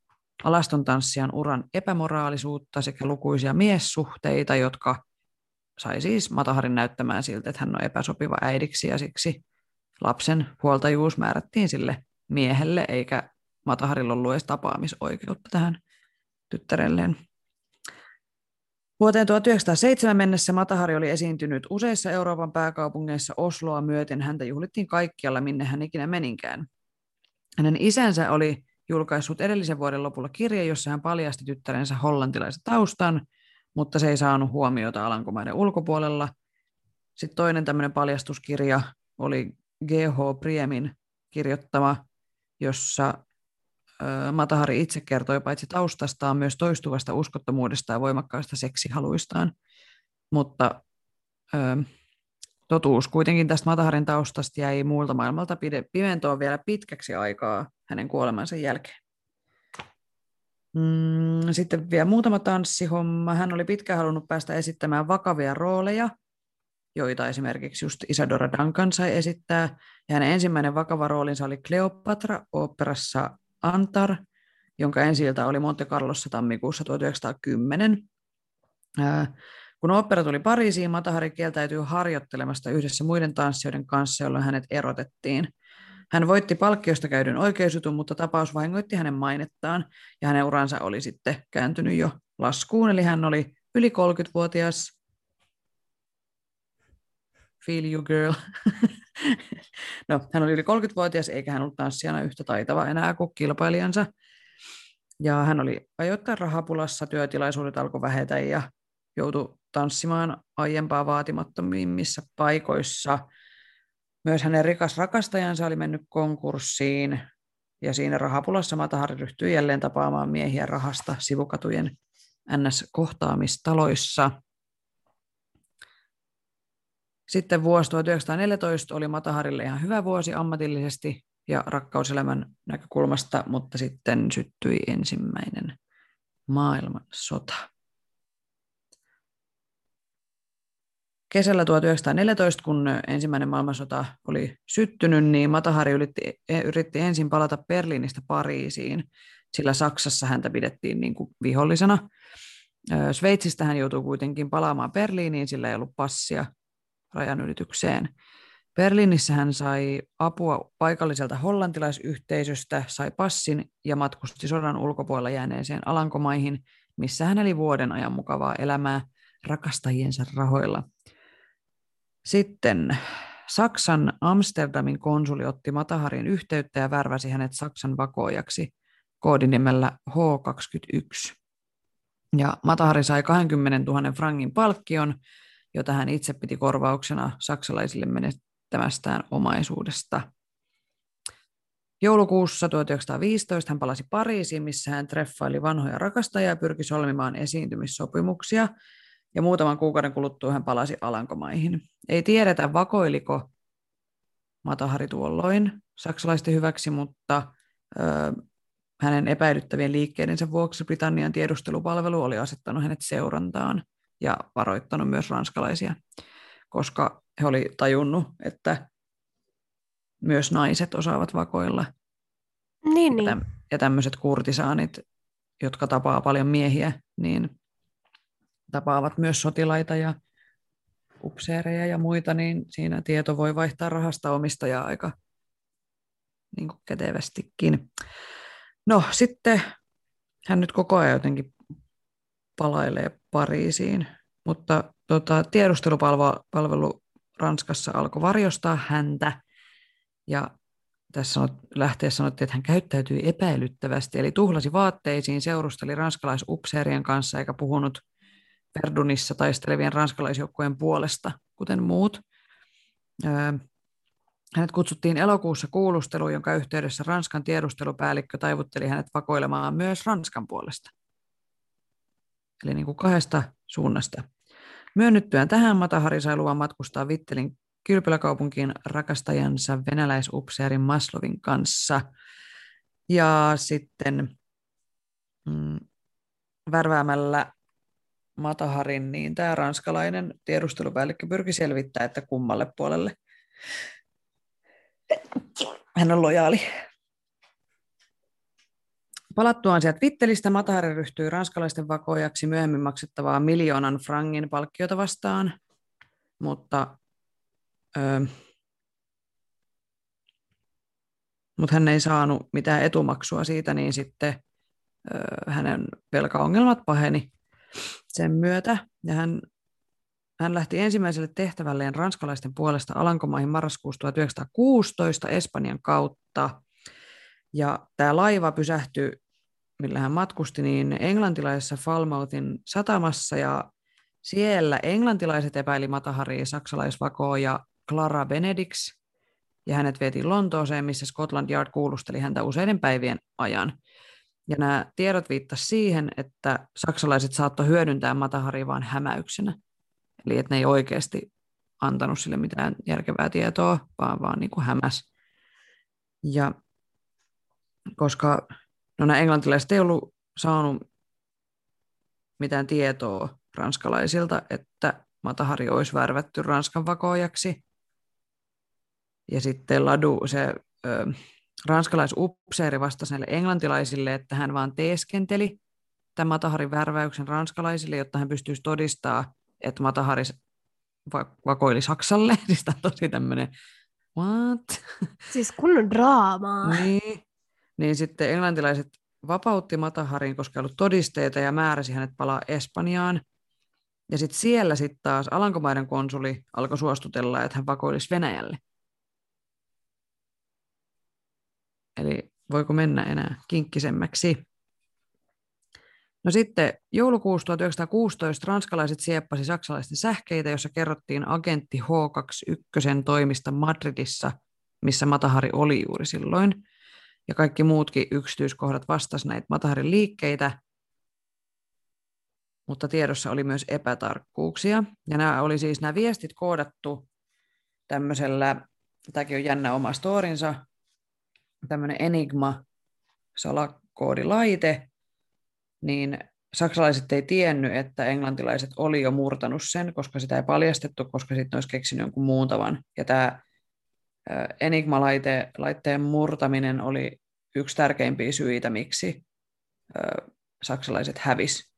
alaston tanssijan uran epämoraalisuutta sekä lukuisia miessuhteita, jotka sai siis Mataharin näyttämään siltä, että hän on epäsopiva äidiksi ja siksi lapsen huoltajuus määrättiin sille miehelle, eikä Mataharilla ollut edes tapaamisoikeutta tähän tyttärelleen. Vuoteen tuhatyhdeksänsataaseitsemän mennessä Matahari oli esiintynyt useissa Euroopan pääkaupungeissa Osloa myöten. Häntä juhlittiin kaikkialla, minne hän ikinä meninkään. Hänen isänsä oli julkaissut edellisen vuoden lopulla kirje, jossa hän paljasti tyttärensä hollantilaisen taustan, mutta se ei saanut huomiota Alankomaiden ulkopuolella. Sitten toinen tämmöinen paljastuskirja oli G H Priemin kirjoittama, jossa Matahari itse kertoi paitsi taustastaan myös toistuvasta uskottomuudesta ja voimakkaista seksihaluistaan, mutta ö, totuus kuitenkin tästä Mataharin taustasta jäi muulta maailmalta pimentoon vielä pitkäksi aikaa hänen kuolemansa jälkeen. Sitten vielä muutama tanssihomma. Hän oli pitkään halunnut päästä esittämään vakavia rooleja, joita esimerkiksi just Isadora Duncan sai esittää. Ja hänen ensimmäinen vakava roolinsa oli Kleopatra oopperassa Antar, jonka ensi-ilta oli Monte Carlossa tammikuussa tuhatyhdeksänsataakymmenen. Kun opera tuli Pariisiin, Matahari kieltäytyi harjoittelemasta yhdessä muiden tanssijoiden kanssa, jolloin hänet erotettiin. Hän voitti palkkiosta käydyn oikeusjutun, mutta tapaus vahingoitti hänen mainettaan, ja hänen uransa oli sitten kääntynyt jo laskuun, eli hän oli yli kolmekymmentävuotias. Feel you girl. No, hän oli yli kolmekymmentävuotias, eikä hän ollut tanssijana yhtä taitava enää kuin kilpailijansa. Ja hän oli ajoittain rahapulassa, työtilaisuudet alkoi vähetä ja joutui tanssimaan aiempaa vaatimattomimmissa paikoissa. Myös hänen rikas rakastajansa oli mennyt konkurssiin, ja siinä rahapulassa Matahari ryhtyi jälleen tapaamaan miehiä rahasta sivukatujen N S-kohtaamistaloissa. Sitten vuosi tuhatyhdeksänsataaneljätoista oli Mataharille ihan hyvä vuosi ammatillisesti ja rakkauselämän näkökulmasta, mutta sitten syttyi ensimmäinen maailmansota. Kesällä tuhatyhdeksänsataaneljätoista, kun ensimmäinen maailmansota oli syttynyt, niin Matahari yritti, yritti ensin palata Berliinistä Pariisiin, sillä Saksassa häntä pidettiin niin kuin vihollisena. Sveitsistä hän joutui kuitenkin palaamaan Berliiniin, sillä ei ollut passia rajanylitykseen. Berliinissä hän sai apua paikalliselta hollantilaisyhteisöstä, sai passin ja matkusti sodan ulkopuolella jääneeseen Alankomaihin, missä hän eli vuoden ajan mukavaa elämää rakastajiensa rahoilla. Sitten Saksan Amsterdamin konsuli otti Mataharin yhteyttä ja värväsi hänet Saksan vakoojaksi koodinimellä H kaksikymmentäyksi. Ja Matahari sai kaksikymmentätuhatta frangin palkkion, jota hän itse piti korvauksena saksalaisille menettämästään omaisuudesta. Joulukuussa tuhatyhdeksänsataaviisitoista hän palasi Pariisiin, missä hän treffaili vanhoja rakastajia ja pyrki solmimaan esiintymissopimuksia. Ja muutaman kuukauden kuluttua hän palasi Alankomaihin. Ei tiedetä, vakoiliko Matahari tuolloin saksalaisten hyväksi, mutta ö, hänen epäilyttävien liikkeidensä vuoksi Britannian tiedustelupalvelu oli asettanut hänet seurantaan ja varoittanut myös ranskalaisia, koska he oli tajunnut, että myös naiset osaavat vakoilla. Niin, ja, niin. täm- ja tämmöiset kurtisaanit, jotka tapaa paljon miehiä, niin tapaavat myös sotilaita ja upseereja ja muita, niin siinä tieto voi vaihtaa rahasta omistajaa aika niin kuin kätevästikin. No sitten hän nyt koko ajan jotenkin palailee Pariisiin, mutta tota, tiedustelupalvelu Ranskassa alkoi varjostaa häntä, ja tässä sanot, lähteessä sanottiin, että hän käyttäytyi epäilyttävästi, eli tuhlasi vaatteisiin, seurusteli ranskalaisupseerien kanssa eikä puhunut Verdunissa taistelevien ranskalaisjoukkojen puolesta, kuten muut. Hänet kutsuttiin elokuussa kuulusteluun, jonka yhteydessä Ranskan tiedustelupäällikkö taivutteli hänet vakoilemaan myös Ranskan puolesta. Eli niin kuin kahdesta suunnasta. Myönnyttyään tähän Matahari sai luvan matkustaa Vittelin kylpyläkaupunkiin rakastajansa venäläisupseerin Maslovin kanssa. Ja sitten mm, värväämällä Mataharin, niin tämä ranskalainen tiedustelupäällikkö pyrki selvittämään, että kummalle puolelle hän on lojaali. Palattuaan sieltä Vittelistä Matahari ryhtyi ranskalaisten vakojaksi myöhemmin maksettavaa miljoonan frangin palkkiota vastaan. mutta, ö, mutta hän ei saanut mitään etumaksua siitä, niin sitten ö, hänen velkaongelmat paheni sen myötä, ja hän, hän lähti ensimmäiselle tehtävälleen ranskalaisten puolesta Alankomaihin marraskuussa tuhatyhdeksänsataakuusitoista Espanjan kautta, ja tämä laiva pysähtyi, millä hän matkusti, niin englantilaisessa Falmouthin satamassa, ja siellä englantilaiset epäili Mataharia saksalaisvakoa ja Clara Benedicts, ja hänet vietiin Lontooseen, missä Scotland Yard kuulusteli häntä useiden päivien ajan. Ja nämä tiedot viittasivat siihen, että saksalaiset saattoi hyödyntää Mataharia vain hämäyksenä. Eli että ne ei oikeasti antanut sille mitään järkevää tietoa, vaan vaan niin kuin hämäs. Ja koska no nämä englantilaiset ei ollut saanut mitään tietoa ranskalaisilta, että Matahari olisi värvätty Ranskan vakoojaksi. Ja sitten Ladu, se ö, ranskalaisupseeri vastasi näille englantilaisille, että hän vaan teeskenteli tämän Mataharin värväyksen ranskalaisille, jotta hän pystyisi todistamaan, että Matahari vakoili Saksalle. Siis tämä on tosi tämmöinen, what? Siis kunnon draamaa. Niin. Niin sitten englantilaiset vapautti Mataharin, koska ei ollut todisteita, ja määräsi hänet palaa Espanjaan. Ja sitten siellä sitten taas Alankomaiden konsuli alkoi suostutella, että hän vakoilisi Venäjälle. Eli voiko mennä enää kinkkisemmäksi? No sitten joulukuussa tuhatyhdeksänsataakuusitoista ranskalaiset sieppasi saksalaisten sähkeitä, jossa kerrottiin agentti H kaksikymmentäyksi toimista Madridissa, missä Matahari oli juuri silloin. Ja kaikki muutkin yksityiskohdat vastasivat näitä Mataharin liikkeitä, mutta tiedossa oli myös epätarkkuuksia. Ja nämä oli siis nämä viestit koodattu tämmöisellä, tämäkin on jännä oma storinsa, tämmöinen Enigma-salakoodilaite, niin saksalaiset ei tiennyt, että englantilaiset oli jo murtanut sen, koska sitä ei paljastettu, koska sitten olisi keksinyt jonkun muun tavan. Ja tämä Enigma-laitteen murtaminen oli yksi tärkeimpiä syitä, miksi saksalaiset hävisi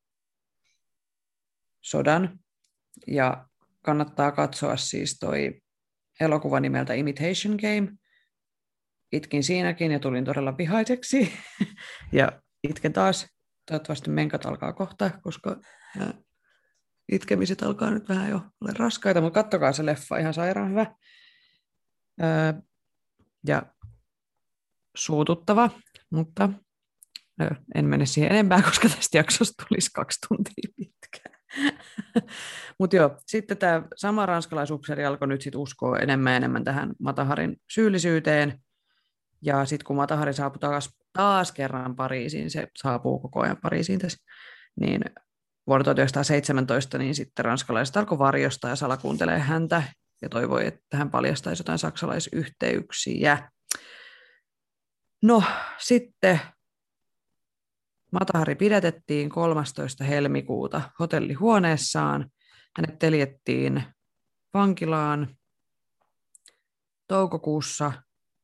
sodan. Ja kannattaa katsoa siis toi elokuva nimeltä Imitation Game. Itkin siinäkin ja tulin todella vihaiseksi. Ja itken taas. Toivottavasti menkat alkaa kohta, koska itkemiset alkaa nyt vähän jo olla raskaita, mutta kattokaa se leffa, ihan sairaan hyvä. Öö, ja suututtava, mutta öö, en mene siihen enempää, koska tästä jaksosta tulisi kaksi tuntia pitkään. Mutta joo, sitten tämä sama ranskalaisupseeri alkoi nyt sit uskoa enemmän ja enemmän tähän Mataharin syyllisyyteen. Ja sitten kun Matahari saapui taas, taas kerran Pariisiin, se saapuu koko ajan Pariisiin tässä, niin vuonna tuhatyhdeksänsataaseitsemäntoista niin sitten ranskalaiset alkoi varjostaa ja salakuuntelee häntä ja toivoi, että hän paljastaisi jotain saksalaisyhteyksiä. No sitten Matahari pidätettiin kolmastoista helmikuuta hotellihuoneessaan. Hänet teljettiin vankilaan toukokuussa,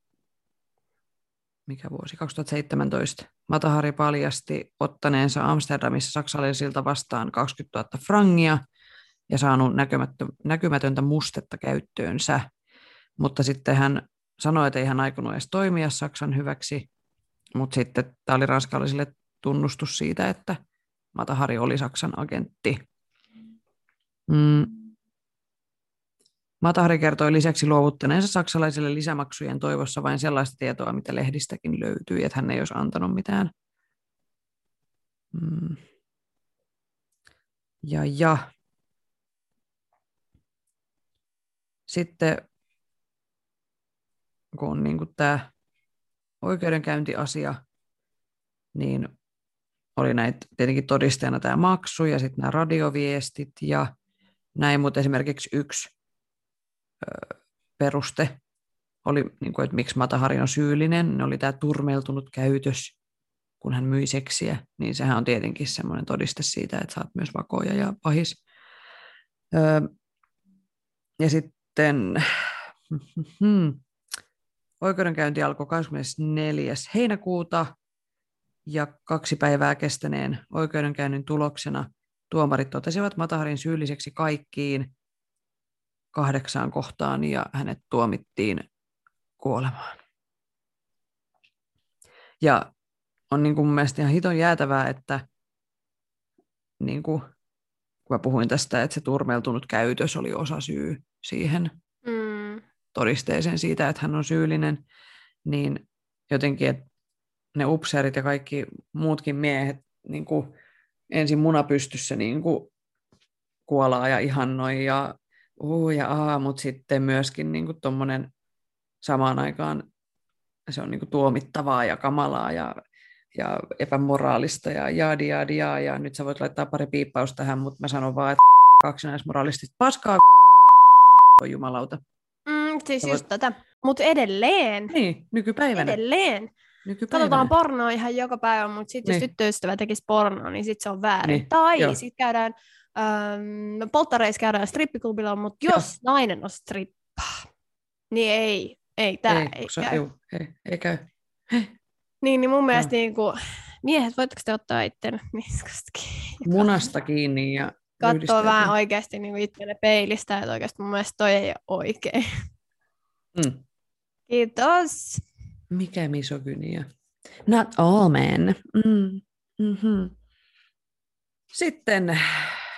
mikä vuosi, kaksituhattaseitsemäntoista. Matahari paljasti ottaneensa Amsterdamissa saksalaisilta vastaan kaksikymmentätuhatta frangia ja saanut näkymätöntä mustetta käyttöönsä. Mutta sitten hän sanoi, että ei hän aikonut edes toimia Saksan hyväksi, mutta sitten tämä oli ranskalaisille tunnustus siitä, että Matahari oli Saksan agentti. Mm. Matahari kertoi lisäksi luovuttaneensa saksalaisille lisämaksujen toivossa vain sellaista tietoa, mitä lehdistäkin löytyy, että hän ei olisi antanut mitään. Mm. Ja, ja. Sitten kun on niin kuin tämä oikeudenkäyntiasia, niin oli näitä tietenkin todisteena tämä maksu ja sitten nämä radioviestit ja näin, mutta esimerkiksi yksi ö, peruste oli, niin kuin, että miksi Matahari on syyllinen, ne oli tämä turmeltunut käytös, kun hän myi seksiä, niin sehän on tietenkin semmoinen todiste siitä, että sä oot myös vakoja ja pahis. Ö, ja sitten hmm, oikeudenkäynti alkoi kahdeskymmenesneljäs heinäkuuta ja kaksi päivää kestäneen oikeudenkäynnin tuloksena tuomarit totesivat Mataharin syylliseksi kaikkiin kahdeksaan kohtaan ja hänet tuomittiin kuolemaan. Ja on niin kuin mun mielestä ihan hiton jäätävää, että niin kuin, kun mä puhuin tästä, että se turmeltunut käytös oli osa syy siihen Mm. todisteeseen siitä, että hän on syyllinen, niin jotenkin, että ne upseerit ja kaikki muutkin miehet niin kuin ensin munapystyssä niin kuin kuolaa ja ihannoi ja uu ja aa, mutta sitten myöskin niin kuin tommonen samaan aikaan se on niin kuin tuomittavaa ja kamalaa ja, ja epämoraalista ja jaadi jaadi jaa, ja nyt sä voit laittaa pari piippausta tähän, mutta mä sanon vaan, että kaksinaismoraalistista paskaa jumalauta. Mm, siis Sä just voit... tätä. Mutta edelleen. Niin, nykypäivänä. Edelleen. nykypäivänä. Katsotaan pornoa ihan joka päivä, mutta sitten jos Niin. tyttöystävä tekisi pornoa, niin sitten se on väärin. Niin, Tai joo. sitten käydään, ähm, polttareissa käydään strippiklubilla, mutta Joo. jos nainen on strippaa, niin ei, ei tää ei, ei, ei se, käy. ei, ei, ei käy. Niin, niin mun mielestä niin kuin, miehet, voitteko te ottaa itten niskasta kiinni? Munasta kiinni ja Katsoo yhdistäytyy. vähän oikeasti niin itselle peilistä, että oikeasti mun mielestä toi ei ole oikein. Mm. Kiitos. Mikä misogynia? Not all men. Mm. Mm-hmm. Sitten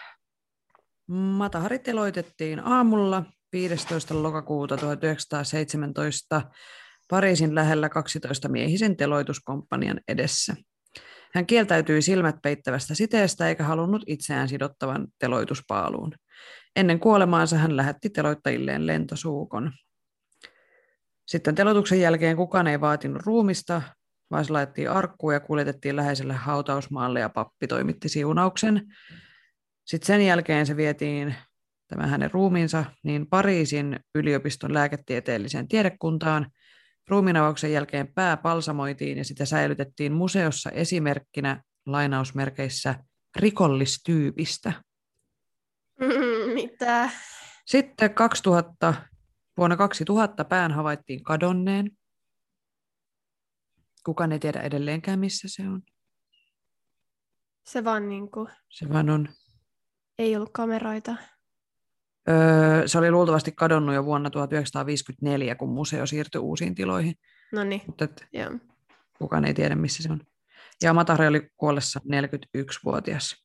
Mata-Hari teloitettiin aamulla viidestoista lokakuuta tuhatyhdeksänsataaseitsemäntoista Pariisin lähellä kaksitoista miehisen teloituskomppanian edessä. Hän kieltäytyi silmät peittävästä siteestä eikä halunnut itseään sidottavan teloituspaaluun. Ennen kuolemaansa hän lähetti teloittajilleen lentosuukon. Sitten teloituksen jälkeen kukaan ei vaatinut ruumista, vaan se laitettiin arkkuun ja kuljetettiin läheiselle hautausmaalle ja pappi toimitti siunauksen. Sitten sen jälkeen se vietiin, tämä hänen ruumiinsa, niin Pariisin yliopiston lääketieteelliseen tiedekuntaan. Ruumiinavauksen jälkeen pää palsamoitiin ja sitä säilytettiin museossa esimerkkinä lainausmerkeissä rikollistyypistä. Mm, mitä? Sitten kaksituhatta, vuonna kaksituhatta pään havaittiin kadonneen. Kukaan ei tiedä edelleenkään, missä se on. Se vaan niin kuin, Se vaan on. ei ollut kameroita. Öö, se oli luultavasti kadonnut jo vuonna tuhatyhdeksänsataaviisikymmentäneljä, kun museo siirtyi uusiin tiloihin. No niin, Mutta et, joo. kukaan ei tiedä, missä se on. Ja Mata-Hari oli kuollessa neljäkymmentäyksivuotias.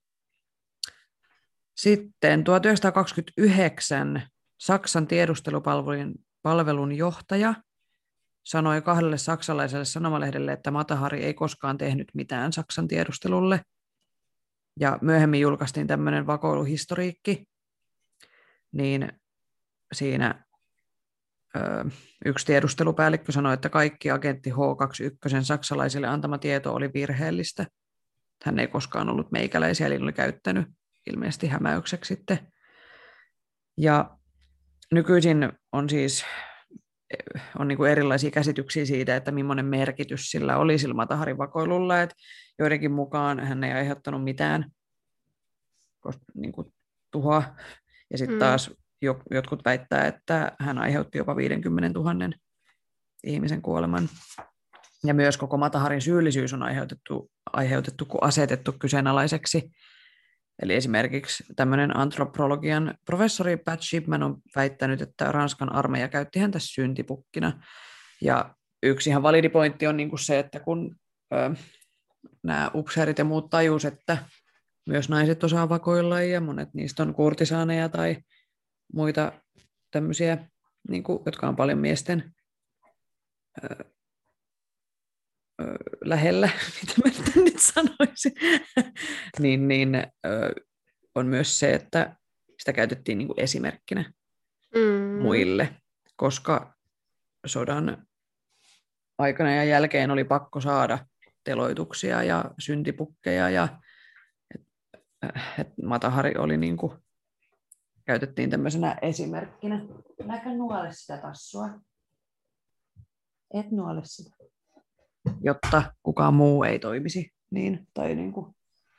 Sitten tuhatyhdeksänsataakaksikymmentäyhdeksän Saksan tiedustelupalvelun palvelun johtaja sanoi kahdelle saksalaiselle sanomalehdelle, että Mata-Hari ei koskaan tehnyt mitään Saksan tiedustelulle. Ja myöhemmin julkaistiin tämmöinen vakoiluhistoriikki, niin siinä ö, yksi tiedustelupäällikkö sanoi, että kaikki agentti H kaksikymmentäyksi saksalaisille antama tieto oli virheellistä. Hän ei koskaan ollut meikäläisiä, eli oli käyttänyt ilmeisesti hämäykseksi sitten. Ja nykyisin on siis on niin kuin erilaisia käsityksiä siitä, että millainen merkitys sillä oli sillä Mata-Harin vakoilulla, että joidenkin mukaan hän ei aiheuttanut mitään niin kuin tuhoa, ja sitten Mm. taas jotkut väittää, että hän aiheutti jopa viisikymmentätuhatta ihmisen kuoleman. Ja myös koko Mata-Harin syyllisyys on aiheutettu, aiheutettu kuin asetettu kyseenalaiseksi. Eli esimerkiksi tämmöinen antropologian professori Pat Shipman on väittänyt, että Ranskan armeija käytti häntä syntipukkina. Ja yksi ihan validi pointti on niin kuin se, että kun ö, nämä upseerit ja muut tajus, että myös naiset osaa vakoilla ja monet niistä on kurtisaaneja tai muita tämmöisiä, niin kuin, jotka on paljon miesten ö, ö, lähellä, mitä mä nyt sanoisin, niin, niin ö, on myös se, että sitä käytettiin niin kuin esimerkkinä Mm. muille, koska sodan aikana ja jälkeen oli pakko saada teloituksia ja syntipukkeja, ja et, et Mata-Hari oli niin kuin, käytettiin tämmöisenä esimerkkinä. Näkö nuole sitä tassua? Et nuole sitä. Jotta kukaan muu ei toimisi niin, tai niin kuin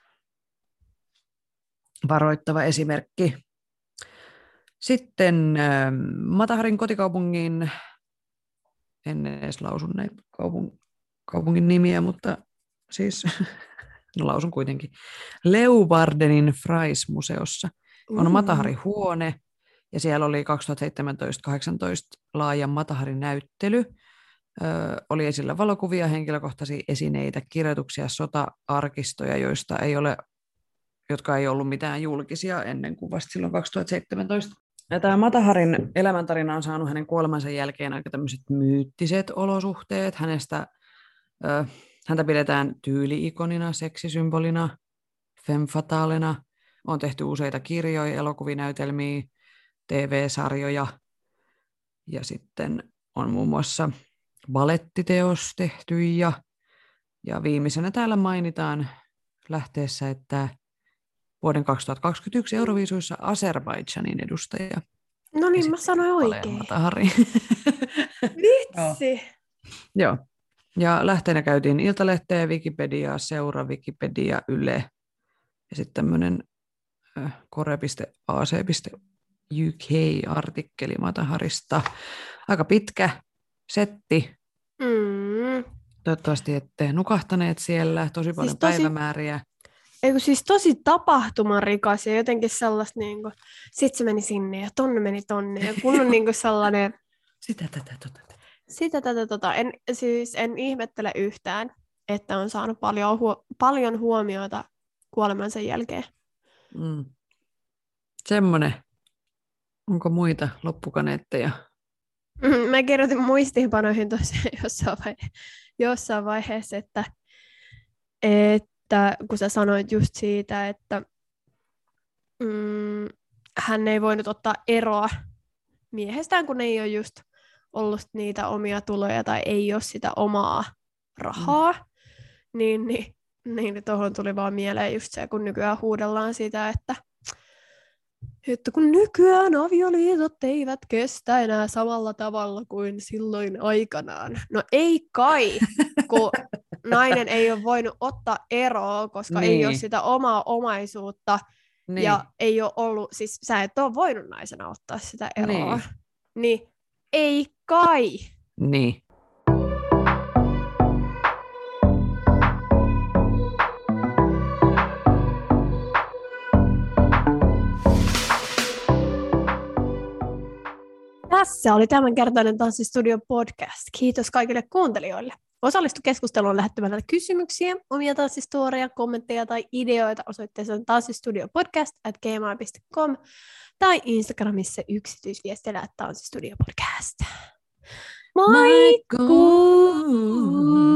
varoittava esimerkki. Sitten äh, Mata-Harin kotikaupungin, en edes lausun näitä kaupung, kaupungin nimiä, mutta siis no, lausun kuitenkin. Leeuwardenin Fries-museossa on Mata-Hari huone, Ja siellä oli kaksituhattaseitsemäntoista kahdeksantoista laaja Mataharin näyttely. Ö, oli esillä valokuvia, henkilökohtaisia esineitä, kirjoituksia, sota-arkistoja, joista ei ole, jotka ei ollut mitään julkisia ennen kuin vasta silloin kaksituhattaseitsemäntoista. Ja tämä Mataharin elämäntarina on saanut hänen kuolemansa jälkeen aika tämmöiset myyttiset olosuhteet. Hänestä, ö, häntä pidetään tyyli-ikonina, seksisymbolina, femme fatalena. On tehty useita kirjoja, elokuvinäytelmiä, T V-sarjoja ja sitten on muun muassa balettiteos tehty ja, ja viimeisenä täällä mainitaan lähteessä, että vuoden kaksituhattakaksikymmentäyksi Euroviisuissa Azerbaidžanin edustaja. No niin, mä sanoin oikein. Matahari. Vitsi! Joo. Ja lähteenä käytiin Iltalehteä, Wikipediaa, Seura, Wikipedia, Yle ja sitten tämmöinen äh, kore piste a c piste u k-artikkeli Mataharista. Aika pitkä setti. Mm. Toivottavasti ette nukahtaneet siellä. Tosi paljon siis tosi, päivämääriä. Eikö siis tosi tapahtumarikas ja jotenkin sellaista, niin kuin, sit se meni sinne ja tonne meni tonne. Ja kun on niin kuin sellainen... Sitä tätä tota. Sitä tätä tota. En, siis en ihmettele yhtään, että on saanut paljon, huo, paljon huomiota kuolemansa jälkeen. Mm. Semmoinen. Onko muita loppukaneetteja? Mä kirjoitin muistiinpanoihin tosiaan jossain, vaihe- jossain vaiheessa, että, että kun sä sanoit just siitä, että mm, hän ei voinut ottaa eroa miehestään, kun ei ole just ollut niitä omia tuloja tai ei ole sitä omaa rahaa, mm. niin, niin, niin tuohon tuli vaan mieleen just se, kun nykyään huudellaan sitä, että että kun nykyään avioliitot eivät kestä enää samalla tavalla kuin silloin aikanaan. No ei kai, kun nainen ei ole voinut ottaa eroa, koska niin. ei ole sitä omaa omaisuutta. Niin. Ja ei ole ollut, siis sä et ole voinut naisena ottaa sitä eroa. Niin, niin ei kai. Niin. Tässä oli tämänkertainen Tanssistudio podcast. Kiitos kaikille kuuntelijoille. Osallistu keskusteluun lähettämällä kysymyksiä, omia tanssistoreja, kommentteja tai ideoita osoitteeseen tanssistudiopodcast at gmail piste com tai Instagramissa yksityisviesteillä at tanssistudiopodcast. Moikku!